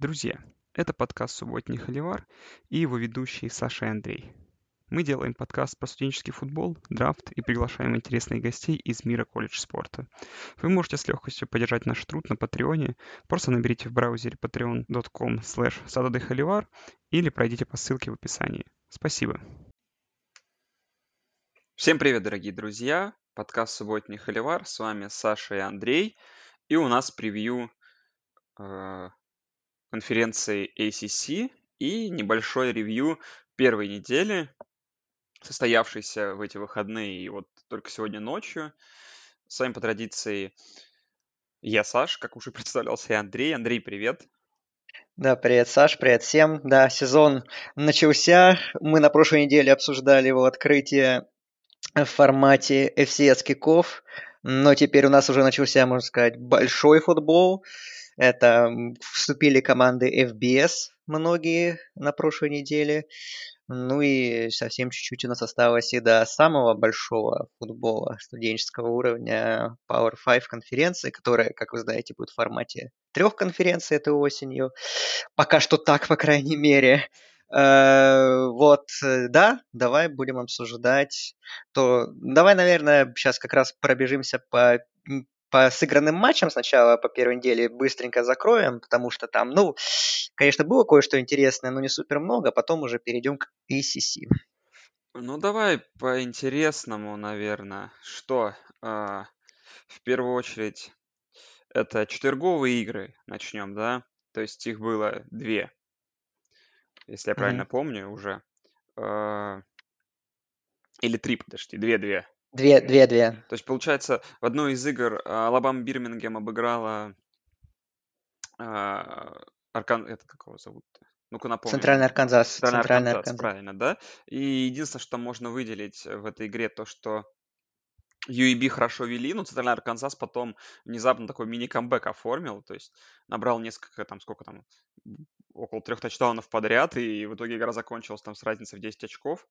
Друзья, это подкаст «Субботний Холивар» и его ведущие Саша и Андрей. Мы делаем подкаст про студенческий футбол, драфт и приглашаем интересных гостей из мира колледж-спорта. Вы можете с легкостью поддержать наш труд на Патреоне. Просто наберите в браузере patreon.com/SaturdayHolyvar или пройдите по ссылке в описании. Спасибо. Всем привет, дорогие друзья! Подкаст «Субботний Холивар». С вами Саша и Андрей. И у нас превью конференции ACC и небольшой ревью первой недели, состоявшейся в эти выходные и вот только сегодня ночью. С вами по традиции я, Саш, как уже представлялся, и Андрей. Андрей, привет. Да, привет, Саш, привет всем. Да, сезон начался. Мы на прошлой неделе обсуждали его открытие в формате FCS киков, но теперь у нас уже начался, можно сказать, большой футбол. Это вступили команды FBS многие на прошлой неделе. Ну и совсем чуть-чуть у нас осталось и до самого большого футбола студенческого уровня Power 5 конференции, которая, как вы знаете, будет в формате 3 конференций этой осенью. Пока что так, по крайней мере. Да, давай будем обсуждать. Давай, наверное, сейчас как раз пробежимся по сыгранным матчам сначала по первой неделе быстренько закроем, потому что там, конечно, было кое-что интересное, но не супер много, а потом уже перейдем к ACC. Ну, давай по-интересному, наверное. Что? В первую очередь, это четверговые игры начнем, да? То есть их было две, если я правильно помню уже. А, Или три, подожди, две. Две. То есть, получается, в одной из игр Алабама Бирмингем обыграла это как его зовут-то? Ну-ка напомни Центральный мне. Арканзас. Центральный Центральный Арканзас, Арканзас. правильно, да? И единственное, что можно выделить в этой игре, то, что UAB хорошо вели, но Центральный Арканзас потом внезапно такой мини-камбэк оформил, то есть набрал несколько, около 3 тачдаунов подряд, и в итоге игра закончилась там с разницей в 10 очков.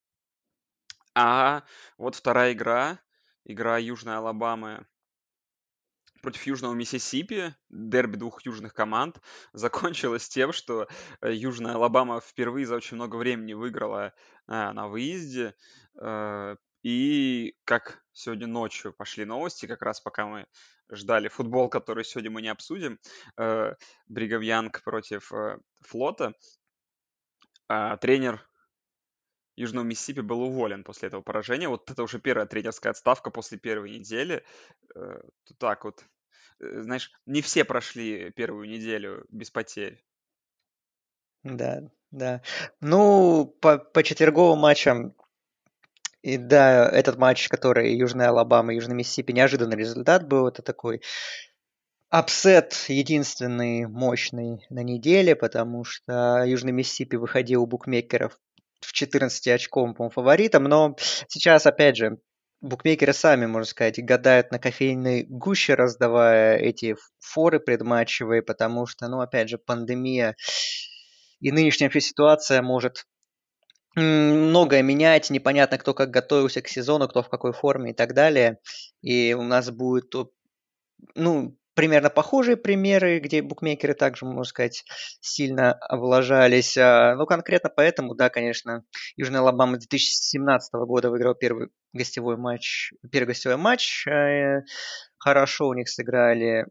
А вот вторая игра Южной Алабамы против Южного Миссисипи, дерби двух южных команд, закончилась тем, что Южная Алабама впервые за очень много времени выиграла на выезде. И как сегодня ночью пошли новости, как раз пока мы ждали футбол, который сегодня мы не обсудим, Бригам Янг против Флота, тренер Южного Миссисипи был уволен после этого поражения. Вот это уже первая тренерская отставка после первой недели. Так вот, знаешь, не все прошли первую неделю без потерь. Да, да. По четверговым матчам, и да, этот матч, который Южная Алабама и Южный Миссисипи, неожиданный результат был. Это такой апсет единственный мощный на неделе, потому что Южный Миссисипи выходил у букмекеров в 14 очком, по-моему, фаворитом, но сейчас, опять же, букмекеры сами, можно сказать, гадают на кофейной гуще, раздавая эти форы предматчевые, потому что, опять же, пандемия и нынешняя вообще ситуация может многое менять, непонятно, кто как готовился к сезону, кто в какой форме и так далее. И у нас будет, примерно похожие примеры, где букмекеры также, можно сказать, сильно облажались. Конкретно поэтому, да, конечно, Южная Алабама 2017 года выиграл первый гостевой матч. Хорошо у них сыграли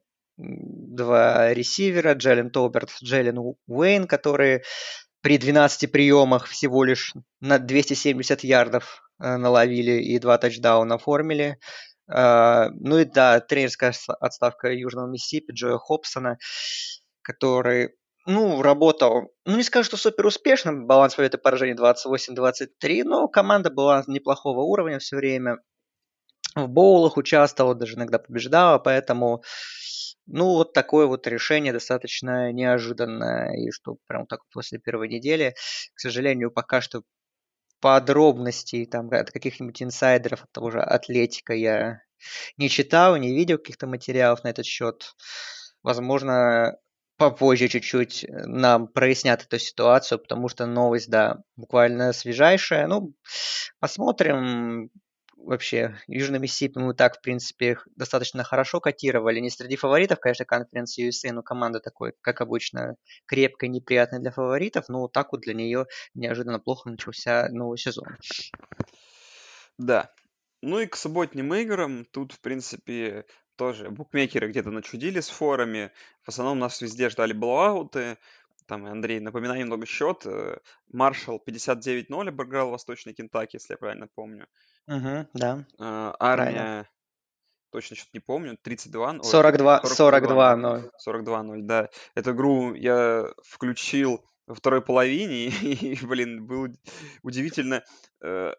два ресивера, Джеллен Толберт, Джеллен Уэйн, которые при 12 приемах всего лишь на 270 ярдов наловили и 2 тачдауна оформили. Ну и да, тренерская отставка Южного Миссисипи Джоя Хобсона, который, работал, не скажу, что супер успешным, баланс побед и поражений 28-23, но команда была неплохого уровня все время. В боулах участвовала, даже иногда побеждала, поэтому, вот такое вот решение достаточно неожиданное, и что прям так вот после первой недели, к сожалению, пока что подробностей там от каких-нибудь инсайдеров, от того же Атлетика я не читал, не видел каких-то материалов на этот счет. Возможно, попозже чуть-чуть нам прояснят эту ситуацию, потому что новость, да, буквально свежайшая. Посмотрим. вообще Южный Миссисипи мы так, в принципе, достаточно хорошо котировали. Не среди фаворитов, конечно, конференции USA, но команда такой, как обычно, крепкая, неприятная для фаворитов, но вот так вот для нее неожиданно плохо начался новый сезон. Да. Ну и к субботним играм тут, в принципе, тоже букмекеры где-то начудили с форами. В основном нас везде ждали блоуауты. Там, Андрей, напоминаю немного счет. Маршалл 59-0 обыграл Восточный Кентаки, если я правильно помню. Угу, да, правильно. Армия, точно что-то не помню, 32, ой, 42, 42-0. 42-0. 42-0, да. Эту игру я включил во второй половине, и, блин, был удивительно э,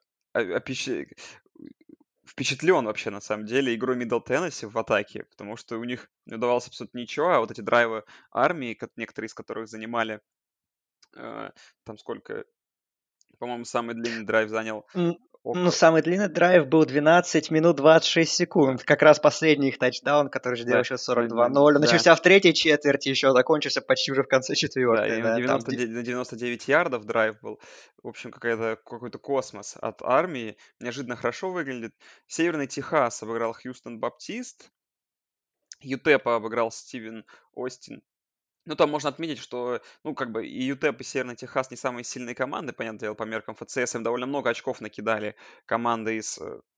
впечатлен вообще, на самом деле, игрой Middle Tennessee в атаке, потому что у них не удавалось абсолютно ничего, а вот эти драйвы армии, некоторые из которых занимали, э, там сколько, по-моему, самый длинный драйв занял Ну, около... самый длинный драйв был 12 минут 26 секунд. Как раз последний их тачдаун, который же делал Да, счет да, 42-0. да, Начался в третьей четверти, еще закончился почти уже в конце да, четвертой, и на да. Там 99 ярдов драйв был. В общем, какой-то космос от армии. Неожиданно хорошо выглядит. Северный Техас обыграл Хьюстон Баптист. ЮТЕПа обыграл Стивен Остин. Ну, там можно отметить, что, ну, как бы и ЮТЕП, и Северный Техас не самые сильные команды, понятное дело, по меркам ФЦС. Им довольно много очков накидали команды из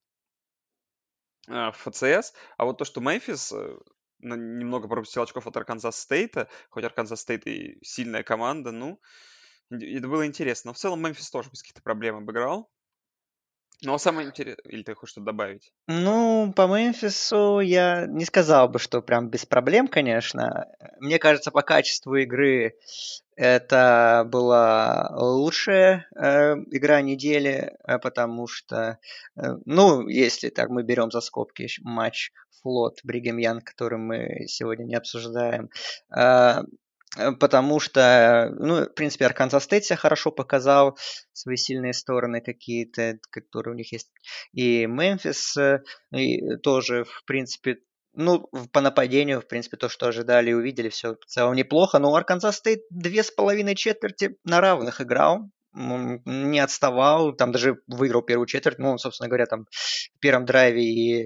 ФЦС. А вот то, что Мемфис немного пропустил очков от Арканзас Стейта, хоть Арканзас Стейт и сильная команда, ну, это было интересно. Но в целом Мемфис тоже без каких-то проблем обыграл. Но самое интересное... Или ты хочешь что-то добавить? Ну, по Мемфису я не сказал бы, что прям без проблем, конечно. Мне кажется, по качеству игры это была лучшая игра недели, потому что, ну, если так мы берем за скобки матч Флот Бригем Янг, который мы сегодня не обсуждаем, э, потому что, ну, в принципе, Арканзас Стейт себя хорошо показал, свои сильные стороны какие-то, которые у них есть, и Мемфис и тоже, в принципе, ну, по нападению, в принципе, то, что ожидали и увидели, все в целом неплохо. Но Арканзас Стейт 2,5 четверти на равных играл, не отставал, там даже выиграл первую четверть, ну, собственно говоря, там в первом драйве и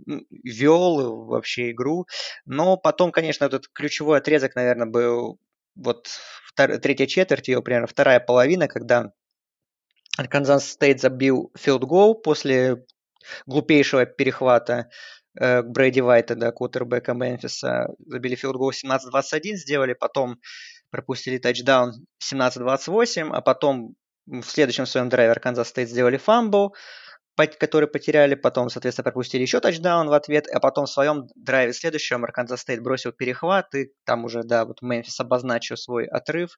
вел вообще игру. Но потом, конечно, этот ключевой отрезок, наверное, был вот третья четверть, ее примерно вторая половина, когда Арканзас Стейт забил филд-гол после глупейшего перехвата Брэди Вайта, да, квотербека Мемфиса. Забили филд-гол 17-21, сделали, потом пропустили тачдаун 17-28, а потом в следующем своем драйве Арканзас Стейт сделали фамбл, который потеряли, потом, соответственно, пропустили еще тачдаун в ответ, а потом в своем драйве следующем Арканзас Стейт бросил перехват, и там уже, да, вот Мемфис обозначил свой отрыв,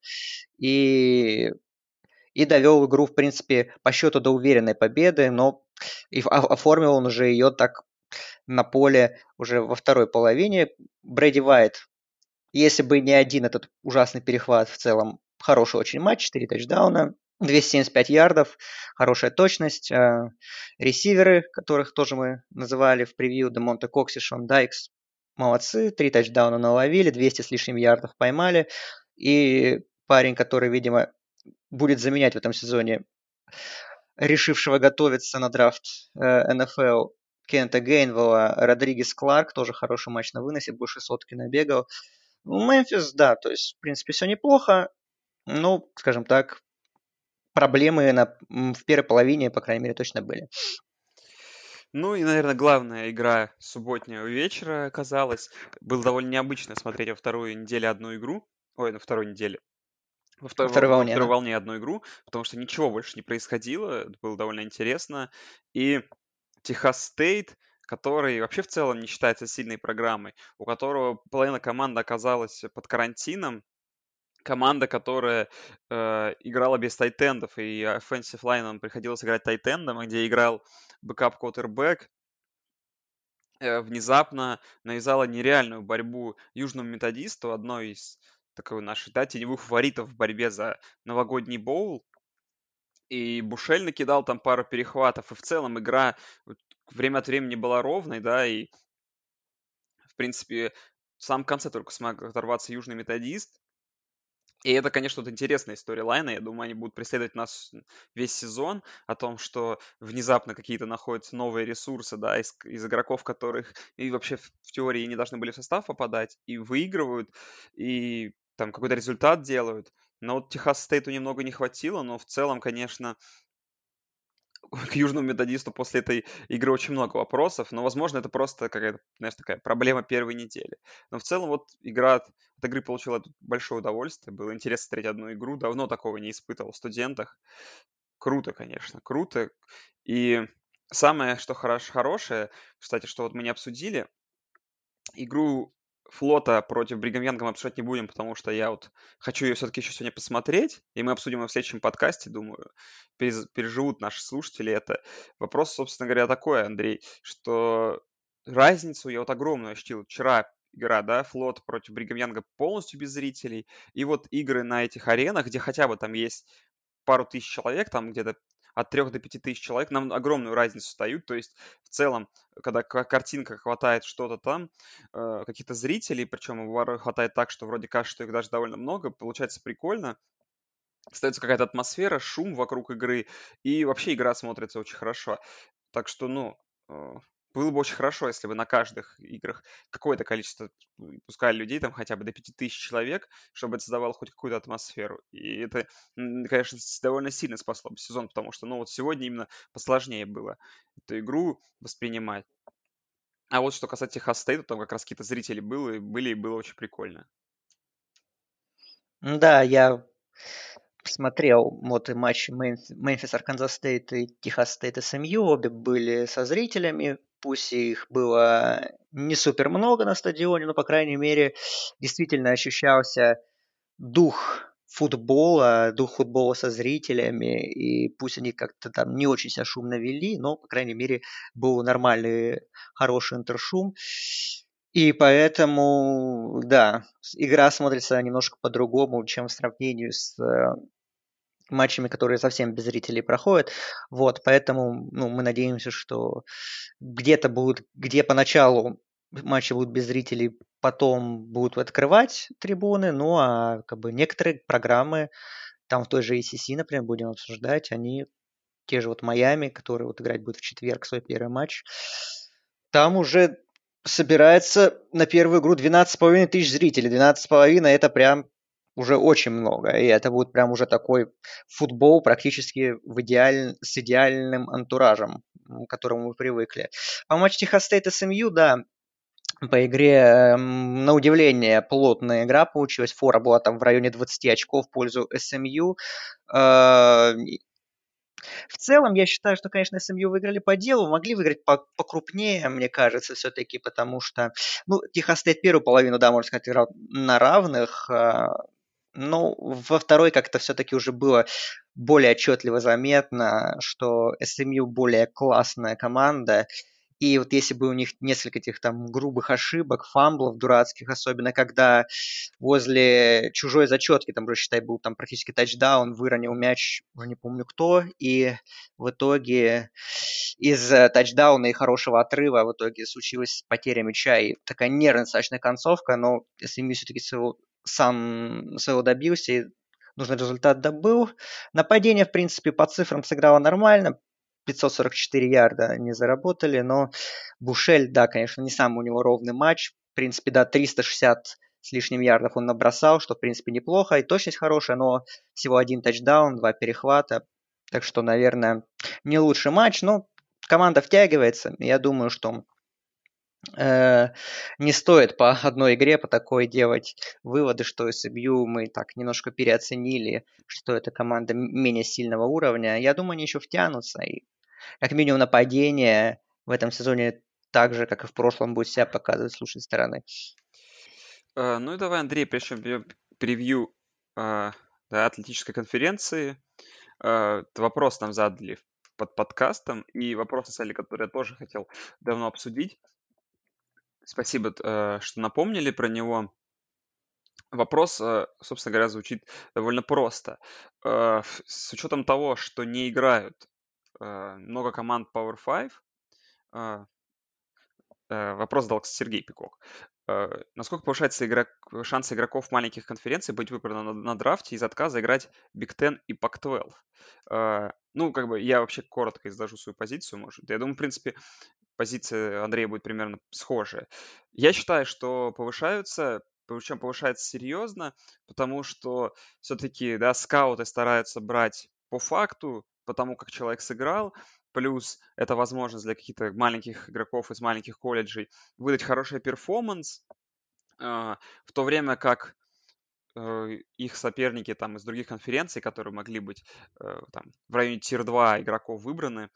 и и довел игру, в принципе, по счету до уверенной победы, но и оформил он уже ее так на поле уже во второй половине. Брэди Вайт, если бы не один этот ужасный перехват, в целом хороший очень матч, 4 тачдауна, 275 ярдов, хорошая точность. Ресиверы, которых тоже мы называли в превью, Демонте Кокс и Шон Дайкс, молодцы, 3 тачдауна наловили, 200 с лишним ярдов поймали. И парень, который, видимо, будет заменять в этом сезоне решившего готовиться на драфт НФЛ Кента Гейнвелла, Родригес Кларк, тоже хороший матч на выносе, больше сотки набегал. Ну, Мемфис, да, то есть, в принципе, все неплохо. Ну, скажем так, проблемы в первой половине, по крайней мере, точно были. Ну и, наверное, главная игра субботнего вечера оказалась. Было довольно необычно смотреть во вторую неделю одну игру. Ой, на второй неделе. Во второй Во волне, второй да. волне одну игру, потому что ничего больше не происходило. Это было довольно интересно. И Техас Стейт, который вообще в целом не считается сильной программой, у которого половина команды оказалась под карантином, команда, которая играла без тайтендов, и offensive line приходилось играть тайтендом, где играл бэкап-квотербек, внезапно навязала нереальную борьбу Южному Методисту, одной из такой наших, да, теневых фаворитов в борьбе за новогодний боул. И Бушель накидал там пару перехватов, и в целом игра вот время от времени была ровной, да, и, в принципе, в самом конце только смог оторваться Южный Методист. И это, конечно, вот интересная сторилайна. Я думаю, они будут преследовать нас весь сезон о том, что внезапно какие-то находятся новые ресурсы, да, из игроков, которых и вообще в теории не должны были в состав попадать, и выигрывают, и там какой-то результат делают. Но вот Техас Стейту немного не хватило, но в целом, конечно, к южному методисту после этой игры очень много вопросов, но, возможно, это просто какая-то, знаешь, такая проблема первой недели. Но в целом вот игра от игры получила большое удовольствие. Было интересно смотреть одну игру. Давно такого не испытывал в студентах. Круто, конечно, круто. И самое, что хорошее, кстати, что вот мы не обсудили, игру Флота против Бригам Янга мы обсуждать не будем, потому что я вот хочу ее все-таки еще сегодня посмотреть, и мы обсудим ее в следующем подкасте, думаю, переживут наши слушатели это. Вопрос, собственно говоря, такой, Андрей, что разницу я вот огромную ощутил. Вчера игра, да, Флот против Бригам Янга полностью без зрителей, и вот игры на этих аренах, где хотя бы там есть пару тысяч человек, там где-то от 3 до 5 тысяч человек, нам огромную разницу дают. То есть в целом, когда картинка хватает что-то там, каких-то зрителей, причем хватает так, что вроде кажется, что их даже довольно много, получается прикольно. Остается какая-то атмосфера, шум вокруг игры, и вообще игра смотрится очень хорошо. Так что, ну, э, было бы очень хорошо, если бы на каждых играх какое-то количество, пускай людей, там хотя бы до 5 тысяч человек, чтобы это создавало хоть какую-то атмосферу. И это, конечно, довольно сильно спасло бы сезон, потому что, ну, вот сегодня именно посложнее было эту игру воспринимать. А вот что касается Техас Стейта, там как раз какие-то зрители были, и было очень прикольно. Да, я смотрел вот и матчи Мемфис, Арканзас Стейт и Техас Стейт СМЮ, обе были со зрителями, пусть их было не супер много на стадионе, но, по крайней мере, действительно ощущался дух футбола со зрителями, и пусть они как-то там не очень себя шумно вели, но, по крайней мере, был нормальный, хороший интершум. И поэтому, да, игра смотрится немножко по-другому, чем в сравнении с матчами, которые совсем без зрителей проходят. Вот, поэтому ну, мы надеемся, что где-то будут, где поначалу матчи будут без зрителей, потом будут открывать трибуны, ну а как бы некоторые программы, там в той же ACC, например, будем обсуждать, они те же вот Майами, который вот играть будет в четверг свой первый матч, там уже собирается на первую игру 12,5 тысяч зрителей. 12,5 это прям уже очень много. И это будет прям уже такой футбол практически с идеальным антуражем, к которому мы привыкли. По матчу Техас Стейт СМЮ, да, по игре, на удивление, плотная игра получилась. Фора была там в районе 20 очков в пользу СМЮ. В целом, я считаю, что, конечно, СМЮ выиграли по делу, могли выиграть покрупнее, мне кажется, все-таки, потому что, ну, Техас Стейт первую половину, да, можно сказать, играл на равных, но во второй как-то все-таки уже было более отчетливо заметно, что СМЮ более классная команда, и вот если бы у них несколько этих там грубых ошибок, фамблов дурацких, особенно когда возле чужой зачетки, там, считай, был там практически тачдаун, выронил мяч, уже не помню кто, и в итоге из тачдауна и хорошего отрыва в итоге случилась потеря мяча и такая нервная достаточно концовка, но если Мисс все-таки своего добился и нужный результат добыл. Нападение, в принципе, по цифрам сыграло нормально, 544 ярда не заработали, но Бушель, да, конечно, не самый у него ровный матч. В принципе, да, 360 с лишним ярдов он набросал, что, в принципе, неплохо. И точность хорошая, но всего один тачдаун, 2 перехвата. Так что, наверное, не лучший матч, но команда втягивается. Я думаю, что не стоит по одной игре, по такой делать выводы, что SMU мы так немножко переоценили, что это команда менее сильного уровня. Я думаю, они еще втянутся. И как минимум нападение в этом сезоне так же, как и в прошлом, будет себя показывать с лучшей стороны. Ну и давай, Андрей, прежде чем превью да, атлетической конференции, вопрос нам задали под подкастом, и вопрос, на самом деле, который я тоже хотел давно обсудить. Спасибо, что напомнили про него. Вопрос, собственно говоря, звучит довольно просто. С учетом того, что не играют много команд Power 5, вопрос задал Сергей Пикок. Насколько повышается шансы игроков маленьких конференций быть выбранным на драфте из отказа играть Big Ten и Pac-12? Ну, как бы я вообще коротко изложу свою позицию, может. Я думаю, в принципе, позиция Андрея будет примерно схожая. Я считаю, что повышаются, причем повышается серьезно, потому что все-таки, да, скауты стараются брать по факту, потому как человек сыграл, плюс это возможность для каких-то маленьких игроков из маленьких колледжей выдать хороший перформанс, в то время как их соперники там из других конференций, которые могли быть там в районе тир-2 игроков выбраны,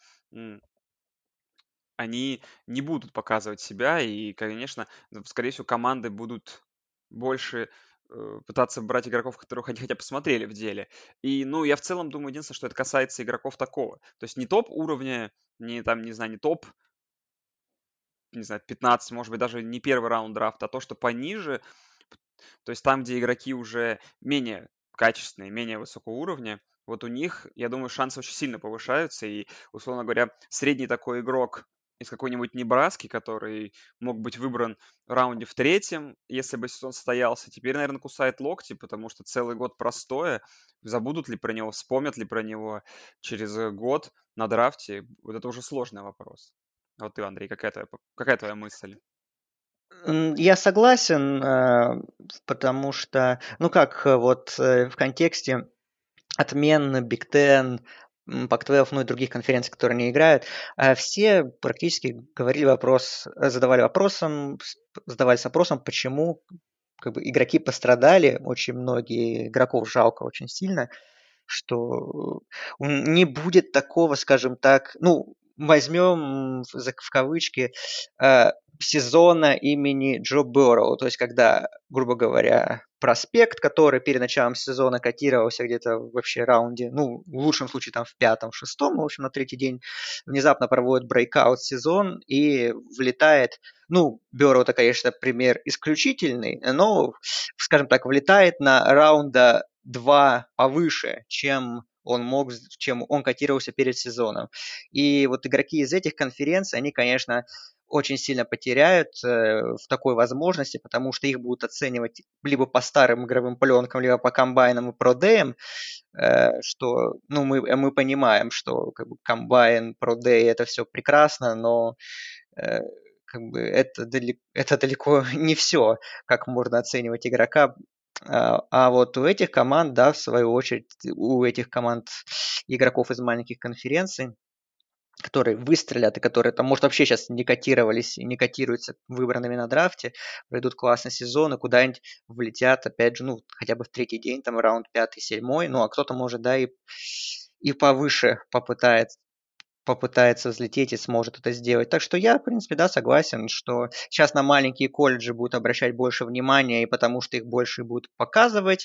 они не будут показывать себя, и, конечно, скорее всего, команды будут больше пытаться брать игроков, которых они хотя бы посмотрели в деле. И, ну, я в целом думаю, единственное, что это касается игроков такого. То есть не топ уровня, не там, не знаю, не топ, не знаю, 15, может быть, даже не первый раунд драфта, а то, что пониже, то есть там, где игроки уже менее качественные, менее высокого уровня, вот у них, я думаю, шансы очень сильно повышаются. И, условно говоря, средний такой игрок из какой-нибудь Небраски, который мог быть выбран в раунде в третьем, если бы сезон состоялся, теперь, наверное, кусает локти, потому что целый год простоя. Забудут ли про него, вспомнят ли про него через год на драфте? Вот это уже сложный вопрос. А вот ты, Андрей, какая твоя мысль? Я согласен, потому что, ну как, вот в контексте отмен Big Ten, Pac-12, ну и других конференций, которые не играют, все практически говорили задавались вопросом, почему как бы игроки пострадали, очень многие игроков жалко очень сильно, что не будет такого, скажем так, ну, возьмем в кавычки сезона имени Джо Берроу, то есть когда, грубо говоря, проспект, который перед началом сезона котировался где-то вообще раунде, ну, в лучшем случае там в пятом, в шестом, в общем, на третий день, внезапно проводит брейкаут сезон и влетает, ну, Берроу это, конечно, пример исключительный, но, скажем так, влетает на раунда 2 повыше, чем он котировался перед сезоном. И вот игроки из этих конференций, они, конечно, очень сильно потеряют в такой возможности, потому что их будут оценивать либо по старым игровым пленкам, либо по комбайнам и продеям, что, ну, мы понимаем, что как бы, комбайн, продей, это все прекрасно, но э, как бы это далеко не все, как можно оценивать игрока. А вот у этих команд, да, в свою очередь, у этих команд игроков из маленьких конференций, которые выстрелят и которые там, может, вообще сейчас не котировались и не котируются выбранными на драфте, пройдут классный сезон и куда-нибудь влетят, опять же, ну, хотя бы в третий день, там, раунд пятый, седьмой, ну, а кто-то, может, да, и повыше попытается взлететь и сможет это сделать. Так что я, в принципе, да, согласен, что сейчас на маленькие колледжи будут обращать больше внимания, и потому что их больше будут показывать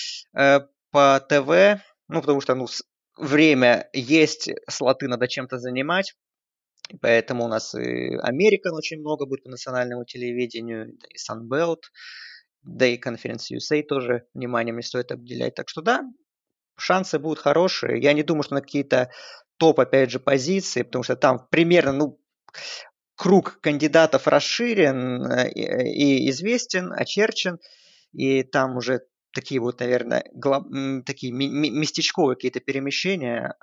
по ТВ, ну, потому что, ну, время есть, слоты надо чем-то занимать, и поэтому у нас и Американ очень много будет по национальному телевидению, да и Sunbelt, да и Conference USA тоже вниманием не стоит обделять. Так что да, шансы будут хорошие. Я не думаю, что на какие-то топ, опять же, позиции, потому что там примерно, ну, круг кандидатов расширен и известен, очерчен, и там уже такие вот, наверное, такие местечковые какие-то перемещения,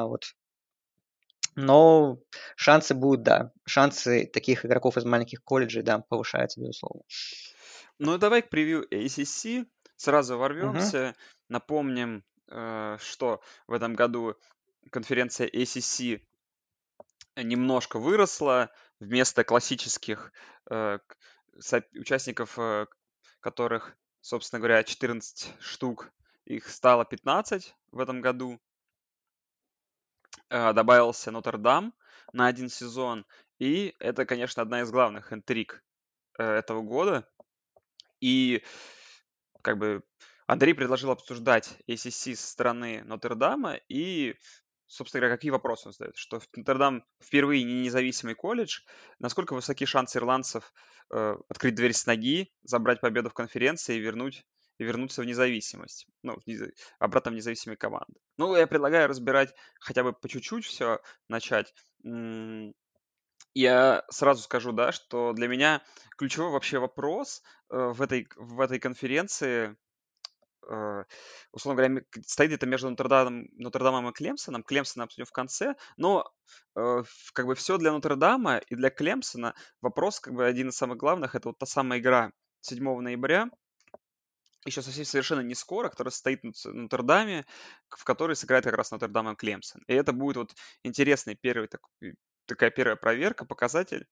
но шансы будут, да, шансы таких игроков из маленьких колледжей, да, повышаются, безусловно. Ну, давай к превью ACC. Сразу Мгм. ворвемся. Напомним, что в этом году конференция ACC немножко выросла. Вместо классических участников, которых, собственно говоря, 14 штук, их стало 15 в этом году. Добавился Нотр-Дам на один сезон. И это, конечно, одна из главных интриг этого года. И как бы Андрей предложил обсуждать ACC со стороны Нотр-Дама, и, собственно говоря, какие вопросы он задает? Что Нотр-Дам впервые не независимый колледж, насколько высоки шансы ирландцев открыть дверь с ноги, забрать победу в конференции и вернуться в независимость, ну, обратно в независимые команды. Ну, я предлагаю разбирать хотя бы по чуть-чуть все начать. Я сразу скажу, да, что для меня ключевой вообще вопрос в этой конференции, э, условно говоря, стоит где-то между Нотр-Дамом и Клемсоном. Клемсона обсудим в конце, но как бы все для Нотр-Дама и для Клемсона вопрос, как бы один из самых главных, это вот та самая игра 7 ноября, еще совсем совершенно не скоро, которая состоит на Нотр-Даме, в которой сыграет как раз Нотр-Дам и Клемсон. И это будет вот интересный такая первая проверка, показатель,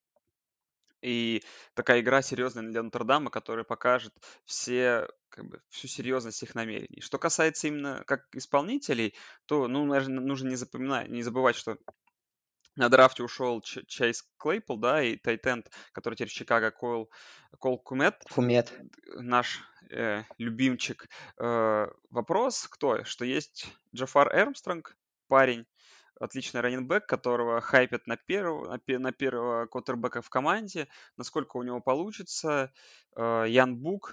и такая игра серьезная для Нотр-Дама, которая покажет как бы, всю серьезность их намерений. Что касается именно как исполнителей, то, ну, наверное, нужно не забывать, что на драфте ушел Чейз Клейпл, да, и тайтенд, который теперь в Чикаго, Кол Кумет, Фумет. наш любимчик. Вопрос, что есть Джафар Эрмстронг, парень, отличный раннинбэк, которого хайпят на первого квотербека в команде, насколько у него получится. Ян Бук,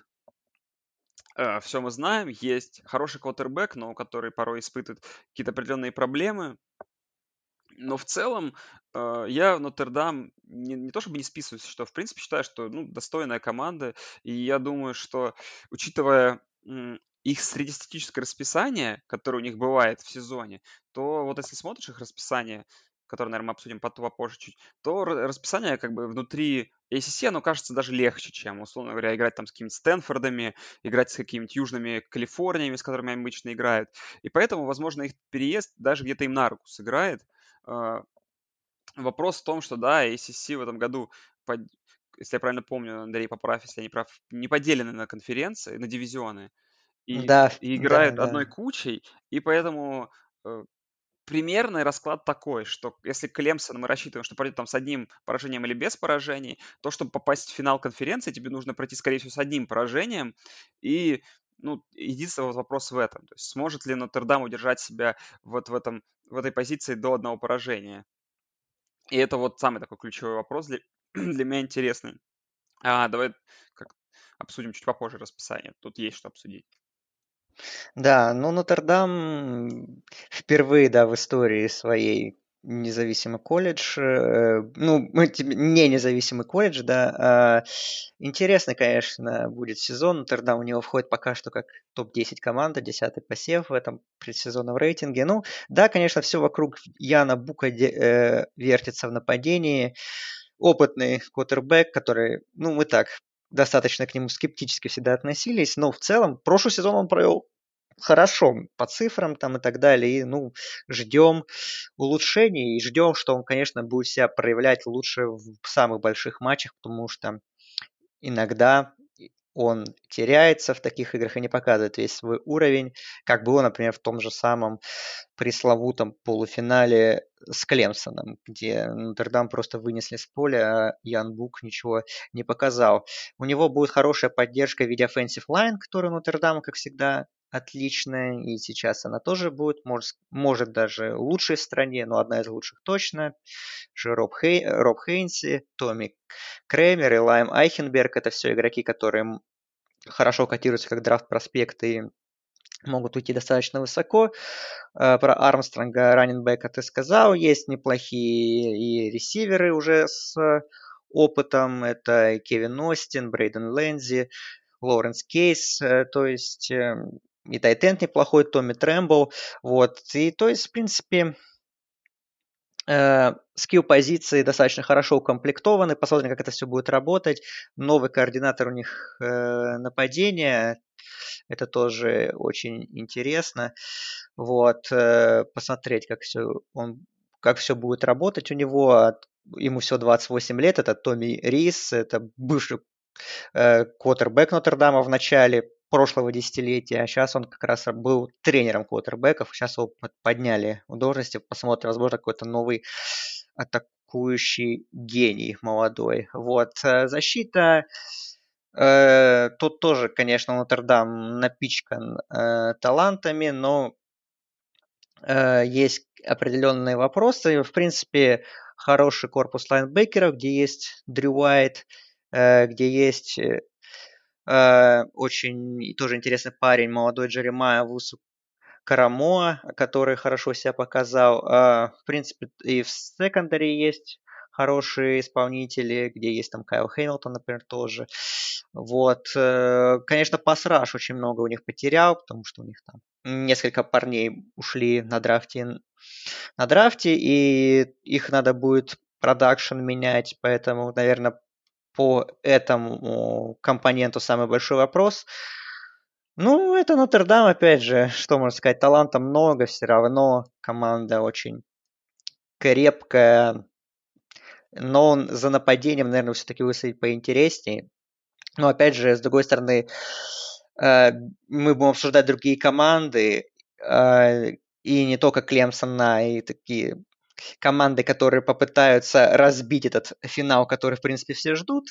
все мы знаем, есть хороший квотербек, но который порой испытывает какие-то определенные проблемы. Но в целом, я в Нотр-Дам не то чтобы не списываюсь, что в принципе считаю, что, ну, достойная команда. И я думаю, что, учитывая, их среднестатистическое расписание, которое у них бывает в сезоне, то вот если смотришь их расписание, которое, наверное, мы обсудим попозже чуть, то расписание как бы внутри ACC, оно кажется даже легче, чем, условно говоря, играть там с какими-то Стэнфордами, играть с какими-то южными Калифорниями, с которыми они обычно играют. И поэтому, возможно, их переезд даже где-то им на руку сыграет. А, Вопрос в том, что да, ACC в этом году, под- если я правильно помню, Андрей, поправь, если я не прав, не поделены на конференции, на дивизионы, и, Да, и да, играют да. одной кучей, и поэтому примерный расклад такой, что если Клемсон мы рассчитываем, что пройдет там с одним поражением или без поражений, то, чтобы попасть в финал конференции, тебе нужно пройти, скорее всего, с одним поражением, и ну, единственный вот вопрос в этом. То есть сможет ли Нотр-Дам удержать себя в этой позиции до одного поражения? И это вот самый такой ключевой вопрос для меня интересный. Давай как обсудим чуть попозже расписание. Тут есть что обсудить. Да, ну Нотр-Дам впервые, да, в истории своей независимый колледж, ну, не независимый колледж, да. Интересный, конечно, будет сезон. Нотр-Дам у него входит пока что как топ-10 команда, 10-й посев в этом предсезонном рейтинге. Ну, да, конечно, все вокруг Яна Бука вертится в нападении. Опытный квотербек, который, ну, мы так достаточно к нему скептически всегда относились, но в целом прошлый сезон он провел хорошо по цифрам там и так далее. И, ну, ждем улучшений и ждем, что он, конечно, будет себя проявлять лучше в самых больших матчах, потому что иногда он теряется в таких играх и не показывает весь свой уровень, как было, например, в том же самом пресловутом полуфинале с Клемсоном, где Нотр-Дам просто вынесли с поля, а Ян Бук ничего не показал. У него будет хорошая поддержка в виде offensive line, которая у Нотр-Дама, как всегда, отличная, и сейчас она тоже будет, может даже лучшей в стране, но одна из лучших точно. Роб Хейнси, Томми Кремер и Лайм Айхенберг – это все игроки, которые хорошо котируются как драфт-проспекты и могут уйти достаточно высоко. Про Армстронга, раннинбека ты сказал. Есть неплохие и ресиверы уже с опытом. Это Кевин Остин, Брейден Лэнзи, Лоуренс Кейс. То есть и тайтенд неплохой, Томми Трэмбл. Вот. И то есть, в принципе, скилл-позиции достаточно хорошо укомплектованы. Посмотрим, как это все будет работать. Новый координатор у них нападения. Это тоже очень интересно. Вот, посмотреть, как все будет работать у него. Ему всего 28 лет. Это Томми Рис, это бывший квотербек Нотр-Дама в начале прошлого десятилетия, а сейчас он как раз был тренером квотербеков, сейчас его подняли в должности, посмотрим, возможно, какой-то новый атакующий гений молодой. Вот, защита, тут тоже, конечно, Нотр-Дам напичкан талантами, но есть определенные вопросы. В принципе, хороший корпус лайнбекеров, где есть Дрю Уайт, где есть очень тоже интересный парень, молодой Джеремайя Вусу Карамоа, который хорошо себя показал. В принципе, и в секондаре есть хорошие исполнители, где есть там Кайл Хэмилтон, например, тоже. Вот. Конечно, пас-раш очень много у них потерял, потому что у них там несколько парней ушли на драфте, и их надо будет продакшн менять, поэтому, наверное, по этому компоненту самый большой вопрос. Ну, это Нотр-Дам, опять же, что можно сказать, таланта много, все равно команда очень крепкая, но за нападением, наверное, все-таки высадить поинтереснее. Но, опять же, с другой стороны, мы будем обсуждать другие команды, и не только Клемсона, и такие команды, которые попытаются разбить этот финал, который, в принципе, все ждут.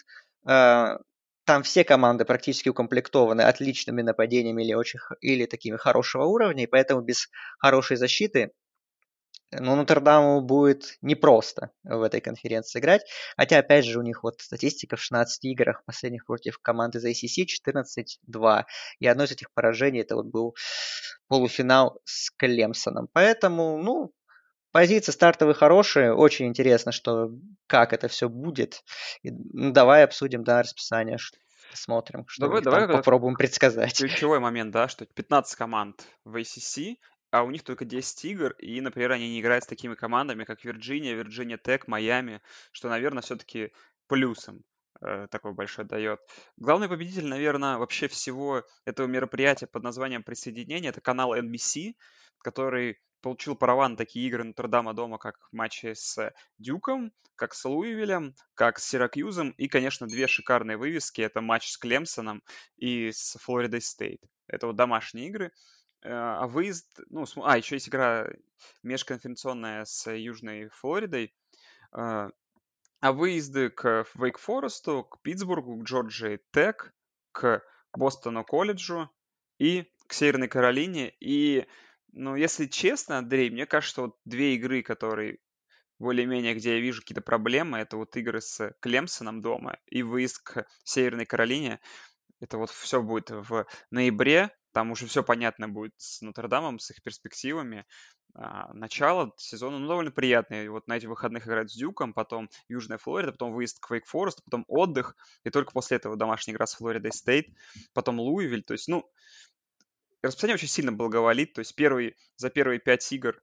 Там все команды практически укомплектованы отличными нападениями или такими хорошего уровня, и поэтому без хорошей защиты Нотр-Даму будет непросто в этой конференции играть. Хотя, опять же, у них вот статистика в 16 играх последних против команды из ACC 14-2. И одно из этих поражений это вот был полуфинал с Клемсоном. Поэтому, позиции стартовые хорошие. Очень интересно, как это все будет. Давай обсудим, расписание. Посмотрим, что у Давай, них там, давай попробуем предсказать. ключевой момент, да, что 15 команд в ACC, а у них только 10 игр, и, например, они не играют с такими командами, как Вирджиния Тек, Майами, что, наверное, все-таки плюсом такой большой дает. Главный победитель, наверное, вообще всего этого мероприятия под названием «Присоединение» — это канал NBC, который получил права на такие игры Нотр-Дама дома, как матчи с Дюком, как с Луивилем, как с Сиракьюзом, и, конечно, две шикарные вывески — это матч с Клемсоном и с Флоридой Стейт. Это вот домашние игры. А выезд, еще есть игра межконференционная с Южной Флоридой. А выезды к Вейк-Форесту, к Питтсбургу, к Джорджии Тек, к Бостону колледжу и к Северной Каролине. И, если честно, Андрей, мне кажется, что вот две игры, которые более-менее, где я вижу какие-то проблемы, это вот игры с Клемсоном дома и выезд к Северной Каролине. Это вот все будет в ноябре, там уже все понятно будет с Нотр-Дамом, с их перспективами. Начало сезона, довольно приятное. И вот на этих выходных играть с Дюком, потом Южная Флорида, потом выезд к Вейк-Форесту, потом отдых, и только после этого домашняя игра с Флоридой Стейт, потом Луивиль. То есть, расписание очень сильно благоволит. То есть за первые 5 игр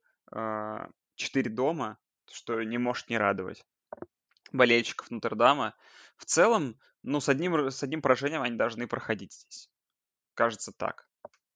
4 дома, что не может не радовать болельщиков Нотр-Дама. В целом, с одним поражением они должны проходить здесь. Кажется так.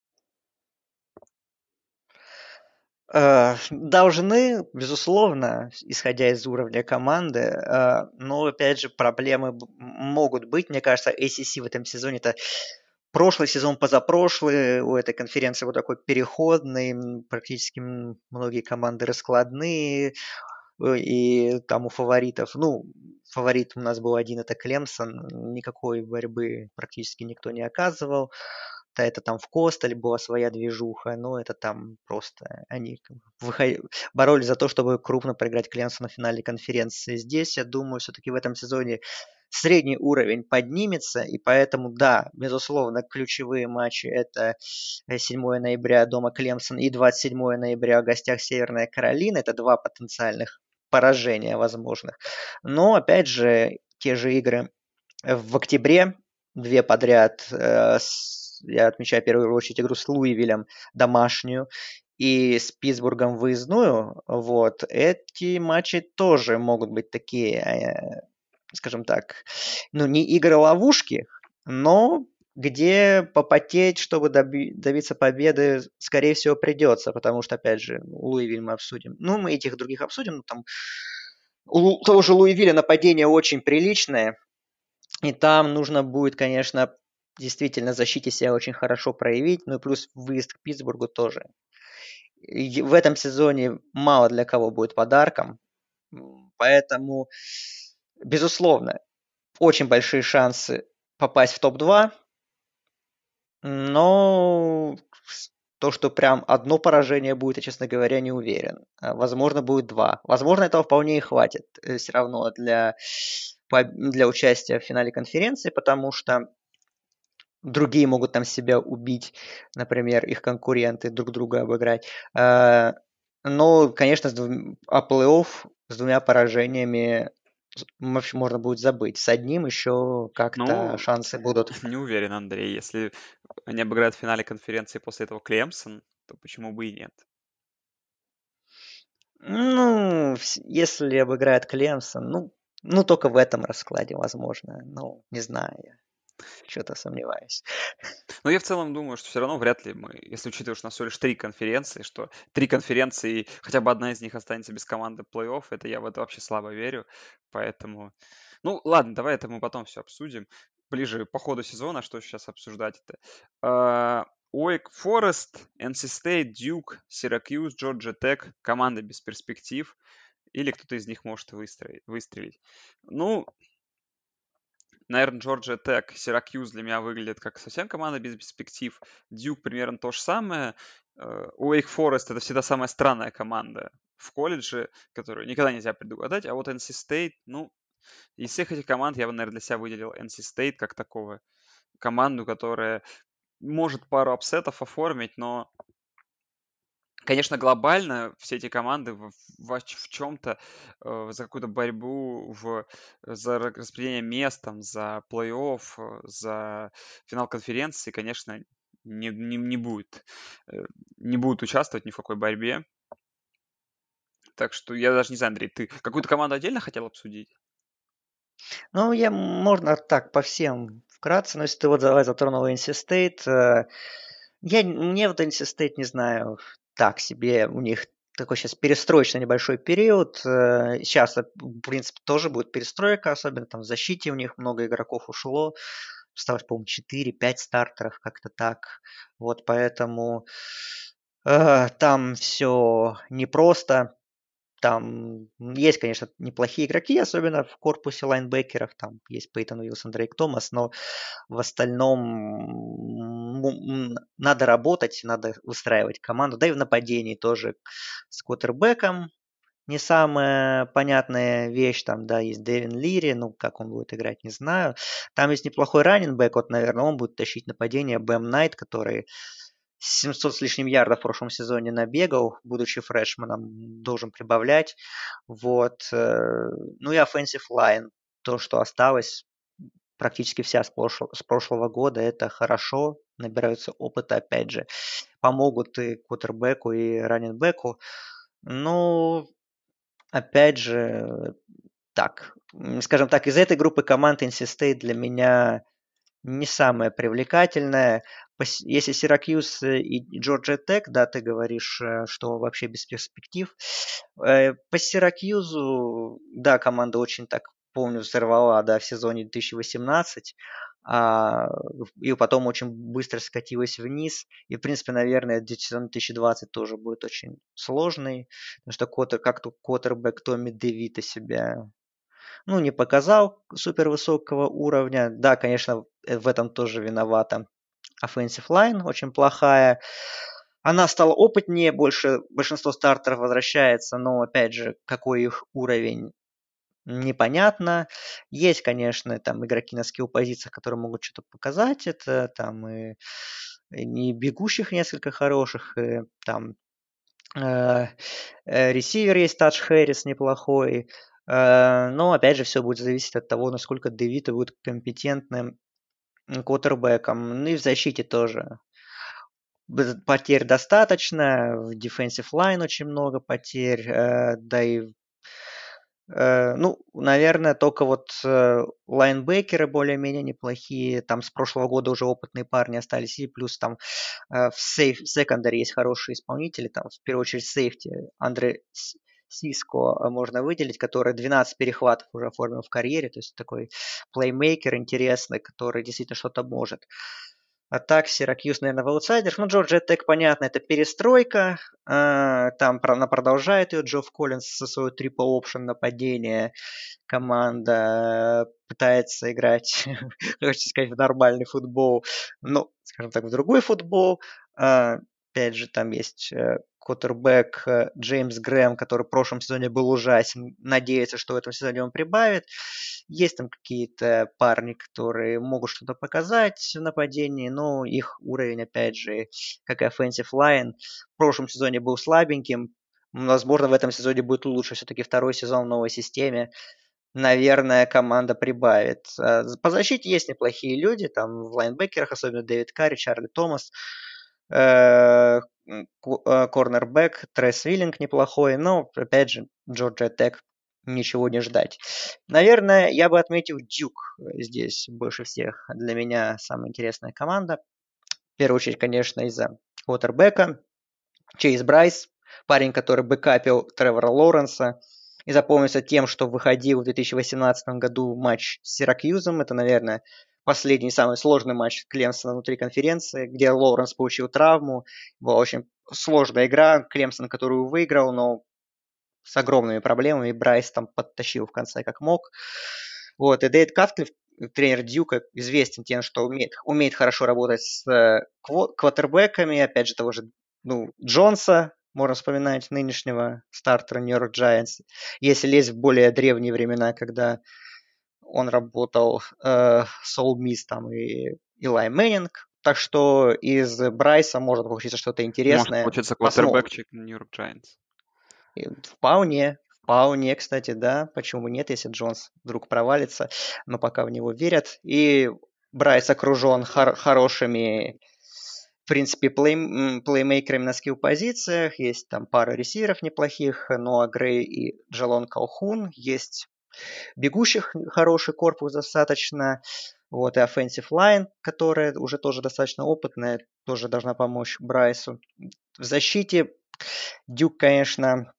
Должны, безусловно, исходя из уровня команды, но, опять же, проблемы могут быть. Мне кажется, ACC в этом сезоне это прошлый сезон, позапрошлый, у этой конференции вот такой переходный, практически многие команды раскладные, и там у фаворитов, фаворит у нас был один, это Клемсон, никакой борьбы практически никто не оказывал. Это там в Костель была своя движуха, но это там просто они боролись за то, чтобы крупно проиграть Клемсону в финале конференции. Здесь, я думаю, все-таки в этом сезоне средний уровень поднимется, и поэтому, да, безусловно, ключевые матчи это 7 ноября дома Клемсон и 27 ноября в гостях Северная Каролина. Это два потенциальных поражения возможных. Но, опять же, те же игры в октябре, две подряд, я отмечаю в первую очередь игру с Луивилем домашнюю и с Питтсбургом выездную, вот, эти матчи тоже могут быть такие, скажем так, не игры-ловушки, но где попотеть, чтобы добиться победы, скорее всего, придется, потому что, опять же, Луивиль мы обсудим. Мы этих других обсудим, там у того же Луивиля нападение очень приличное, и там нужно будет, конечно, действительно защите себя очень хорошо проявить, и плюс выезд к Питтсбургу тоже. И в этом сезоне мало для кого будет подарком, поэтому, безусловно, очень большие шансы попасть в топ-2, но то, что прям одно поражение будет, я, честно говоря, не уверен. Возможно, будет два. Возможно, этого вполне и хватит все равно для участия в финале конференции, потому что другие могут там себя убить, например, их конкуренты друг друга обыграть. Но, конечно, плей-офф с двумя поражениями вообще можно будет забыть. С одним еще как-то Ну, шансы будут. не уверен, Андрей. Если они обыграют в финале конференции после этого Клемсон, то почему бы и нет? Ну, если обыграет Клемсон, ну, только в этом раскладе, возможно. Ну, не знаю, я что-то сомневаюсь. Но я в целом думаю, что все равно вряд ли мы, если учитывать, что у нас всего лишь 3 конференции, что 3 конференции, хотя бы одна из них останется без команды плей-офф, это я в это вообще слабо верю. Поэтому, ну ладно, давай это мы потом все обсудим. Ближе по ходу сезона, что сейчас обсуждать это. Уэйк Форест, NC State, Дьюк, Сиракьюз, Джорджия Тек, команды без перспектив, или кто-то из них может выстрелить. Ну, наверное, Джорджия Тек, Сиракьюз для меня выглядит как совсем команда без перспектив. Дьюк примерно то же самое. Уэйк Форест это всегда самая странная команда в колледже, которую никогда нельзя предугадать. А вот NC State, ну, из всех этих команд я бы, наверное, для себя выделил NC State как такого команду, которая может пару апсетов оформить, но конечно, глобально все эти команды в чем-то, за какую-то борьбу, за распределение мест, там, за плей-офф, за финал конференции, конечно, не будет, э, не будут участвовать ни в какой борьбе. Так что я даже не знаю, Андрей, ты какую-то команду отдельно хотел обсудить? Ну, можно так по всем вкратце, но если ты вот давай затронул NC State, мне вот NC State, не знаю, так себе, у них такой сейчас перестроечный небольшой период. Сейчас, в принципе, тоже будет перестройка, особенно там в защите у них много игроков ушло. Осталось, по-моему, 4-5 стартеров, как-то так. Вот поэтому там все непросто. Там есть, конечно, неплохие игроки, особенно в корпусе лайнбекеров. Там есть Пейтон Уилсон, Дрейк Томас, но в остальном надо работать, надо выстраивать команду. Да и в нападении тоже с квотербеком не самая понятная вещь. Там, да, есть Дэвин Лири, ну, как он будет играть, не знаю. Там есть неплохой раннинбэк, вот, наверное, он будет тащить нападение. Бэм Найт, который 700 с лишним ярдов в прошлом сезоне набегал, будучи фрешманом, должен прибавлять. Вот. Ну и offensive line, то, что осталось, практически вся с прошлого года, это хорошо, набираются опыта, опять же, помогут и квотербеку, и раннинбеку. Ну, опять же, так, скажем так, из этой группы команд NC State для меня не самая привлекательная. Если Сиракьюз и Джорджия Тек, да, ты говоришь, что вообще без перспектив. По Сиракьюзу, да, команда очень так, помню, взорвала, да, в сезоне 2018, а, и потом очень быстро скатилась вниз. И, в принципе, наверное, сезон 2020 тоже будет очень сложный, потому что как-то квотербек Томми Девита себя не показал супервысокого уровня. Да, конечно, в этом тоже виновата offensive line, очень плохая. Она стала опытнее, большинство стартеров возвращается, но, опять же, какой их уровень, непонятно. Есть, конечно, там игроки на скилл-позициях, которые могут что-то показать. Это там и не бегущих несколько хороших, и, там э, ресивер есть, Тадж Хэрис неплохой. Но, опять же, все будет зависеть от того, насколько Девита будет компетентным квотербеком. Ну и в защите тоже. Потерь достаточно, в defensive line очень много потерь, да и ну, наверное, только вот лайнбекеры более-менее неплохие. Там с прошлого года уже опытные парни остались. И плюс там в секондаре есть хорошие исполнители. Там в первую очередь сейфти Андре Сиско можно выделить, который 12 перехватов уже оформил в карьере. То есть такой плеймейкер интересный, который действительно что-то может. А так, Сиракьюз, наверное, в аутсайдерах. Ну, Джорджия Тек, понятно, это перестройка. Там она продолжает ее, Джофф Коллинс, со своего трипл-опшн нападения. Команда пытается играть, хочется сказать, в нормальный футбол. Ну, скажем так, в другой футбол. Опять же, там есть квотербек Джеймс Грэм, который в прошлом сезоне был ужасен. Надеется, что в этом сезоне он прибавит. Есть там какие-то парни, которые могут что-то показать в нападении, но их уровень, опять же, как и offensive line, в прошлом сезоне был слабеньким. Возможно, в этом сезоне будет лучше. Все-таки второй сезон в новой системе. наверное, команда прибавит. По защите есть неплохие люди, там в лайнбекерах, особенно Дэвид Карри, Чарли Томас, корнербэк, Трес Виллинг неплохой, но, опять же, Джорджия Тек ничего не ждать. Наверное, я бы отметил Дюк здесь больше всех. Для меня самая интересная команда. В первую очередь, конечно, из-за квотербека. Чейз Брайс, парень, который бэкапил Тревора Лоуренса, и запомнился тем, что выходил в 2018 году матч с Сиракьюзом. Это, наверное, последний самый сложный матч Клемсона внутри конференции, где Лоуренс получил травму. Была очень сложная игра. Клемсон, которую выиграл, но с огромными проблемами. Брайс там подтащил в конце как мог. Вот. И Дэйд Катклифф, тренер Дьюка, известен тем, что умеет хорошо работать с квотербеками, опять же, того же Джонса, можно вспоминать, нынешнего стартера Нью-Йорк Giants. Если лезть в более древние времена, когда он работал с Ole Miss там, и Илай Мэннинг. Так что из Брайса может получиться что-то Может интересное. получиться Посмотрим. квотербэкчик Нью-Йорк Giants. Вполне, кстати, да. Почему бы нет, если Джонс вдруг провалится, но пока в него верят. И Брайс окружен хорошими, в принципе, плеймейкерами на скилл-позициях. Есть там пара ресиверов неплохих, Ноа Грей и Джалон Калхун. Есть бегущих хороший корпус достаточно. Вот, и offensive line, которая уже тоже достаточно опытная, тоже должна помочь Брайсу. В защите Дюк, конечно,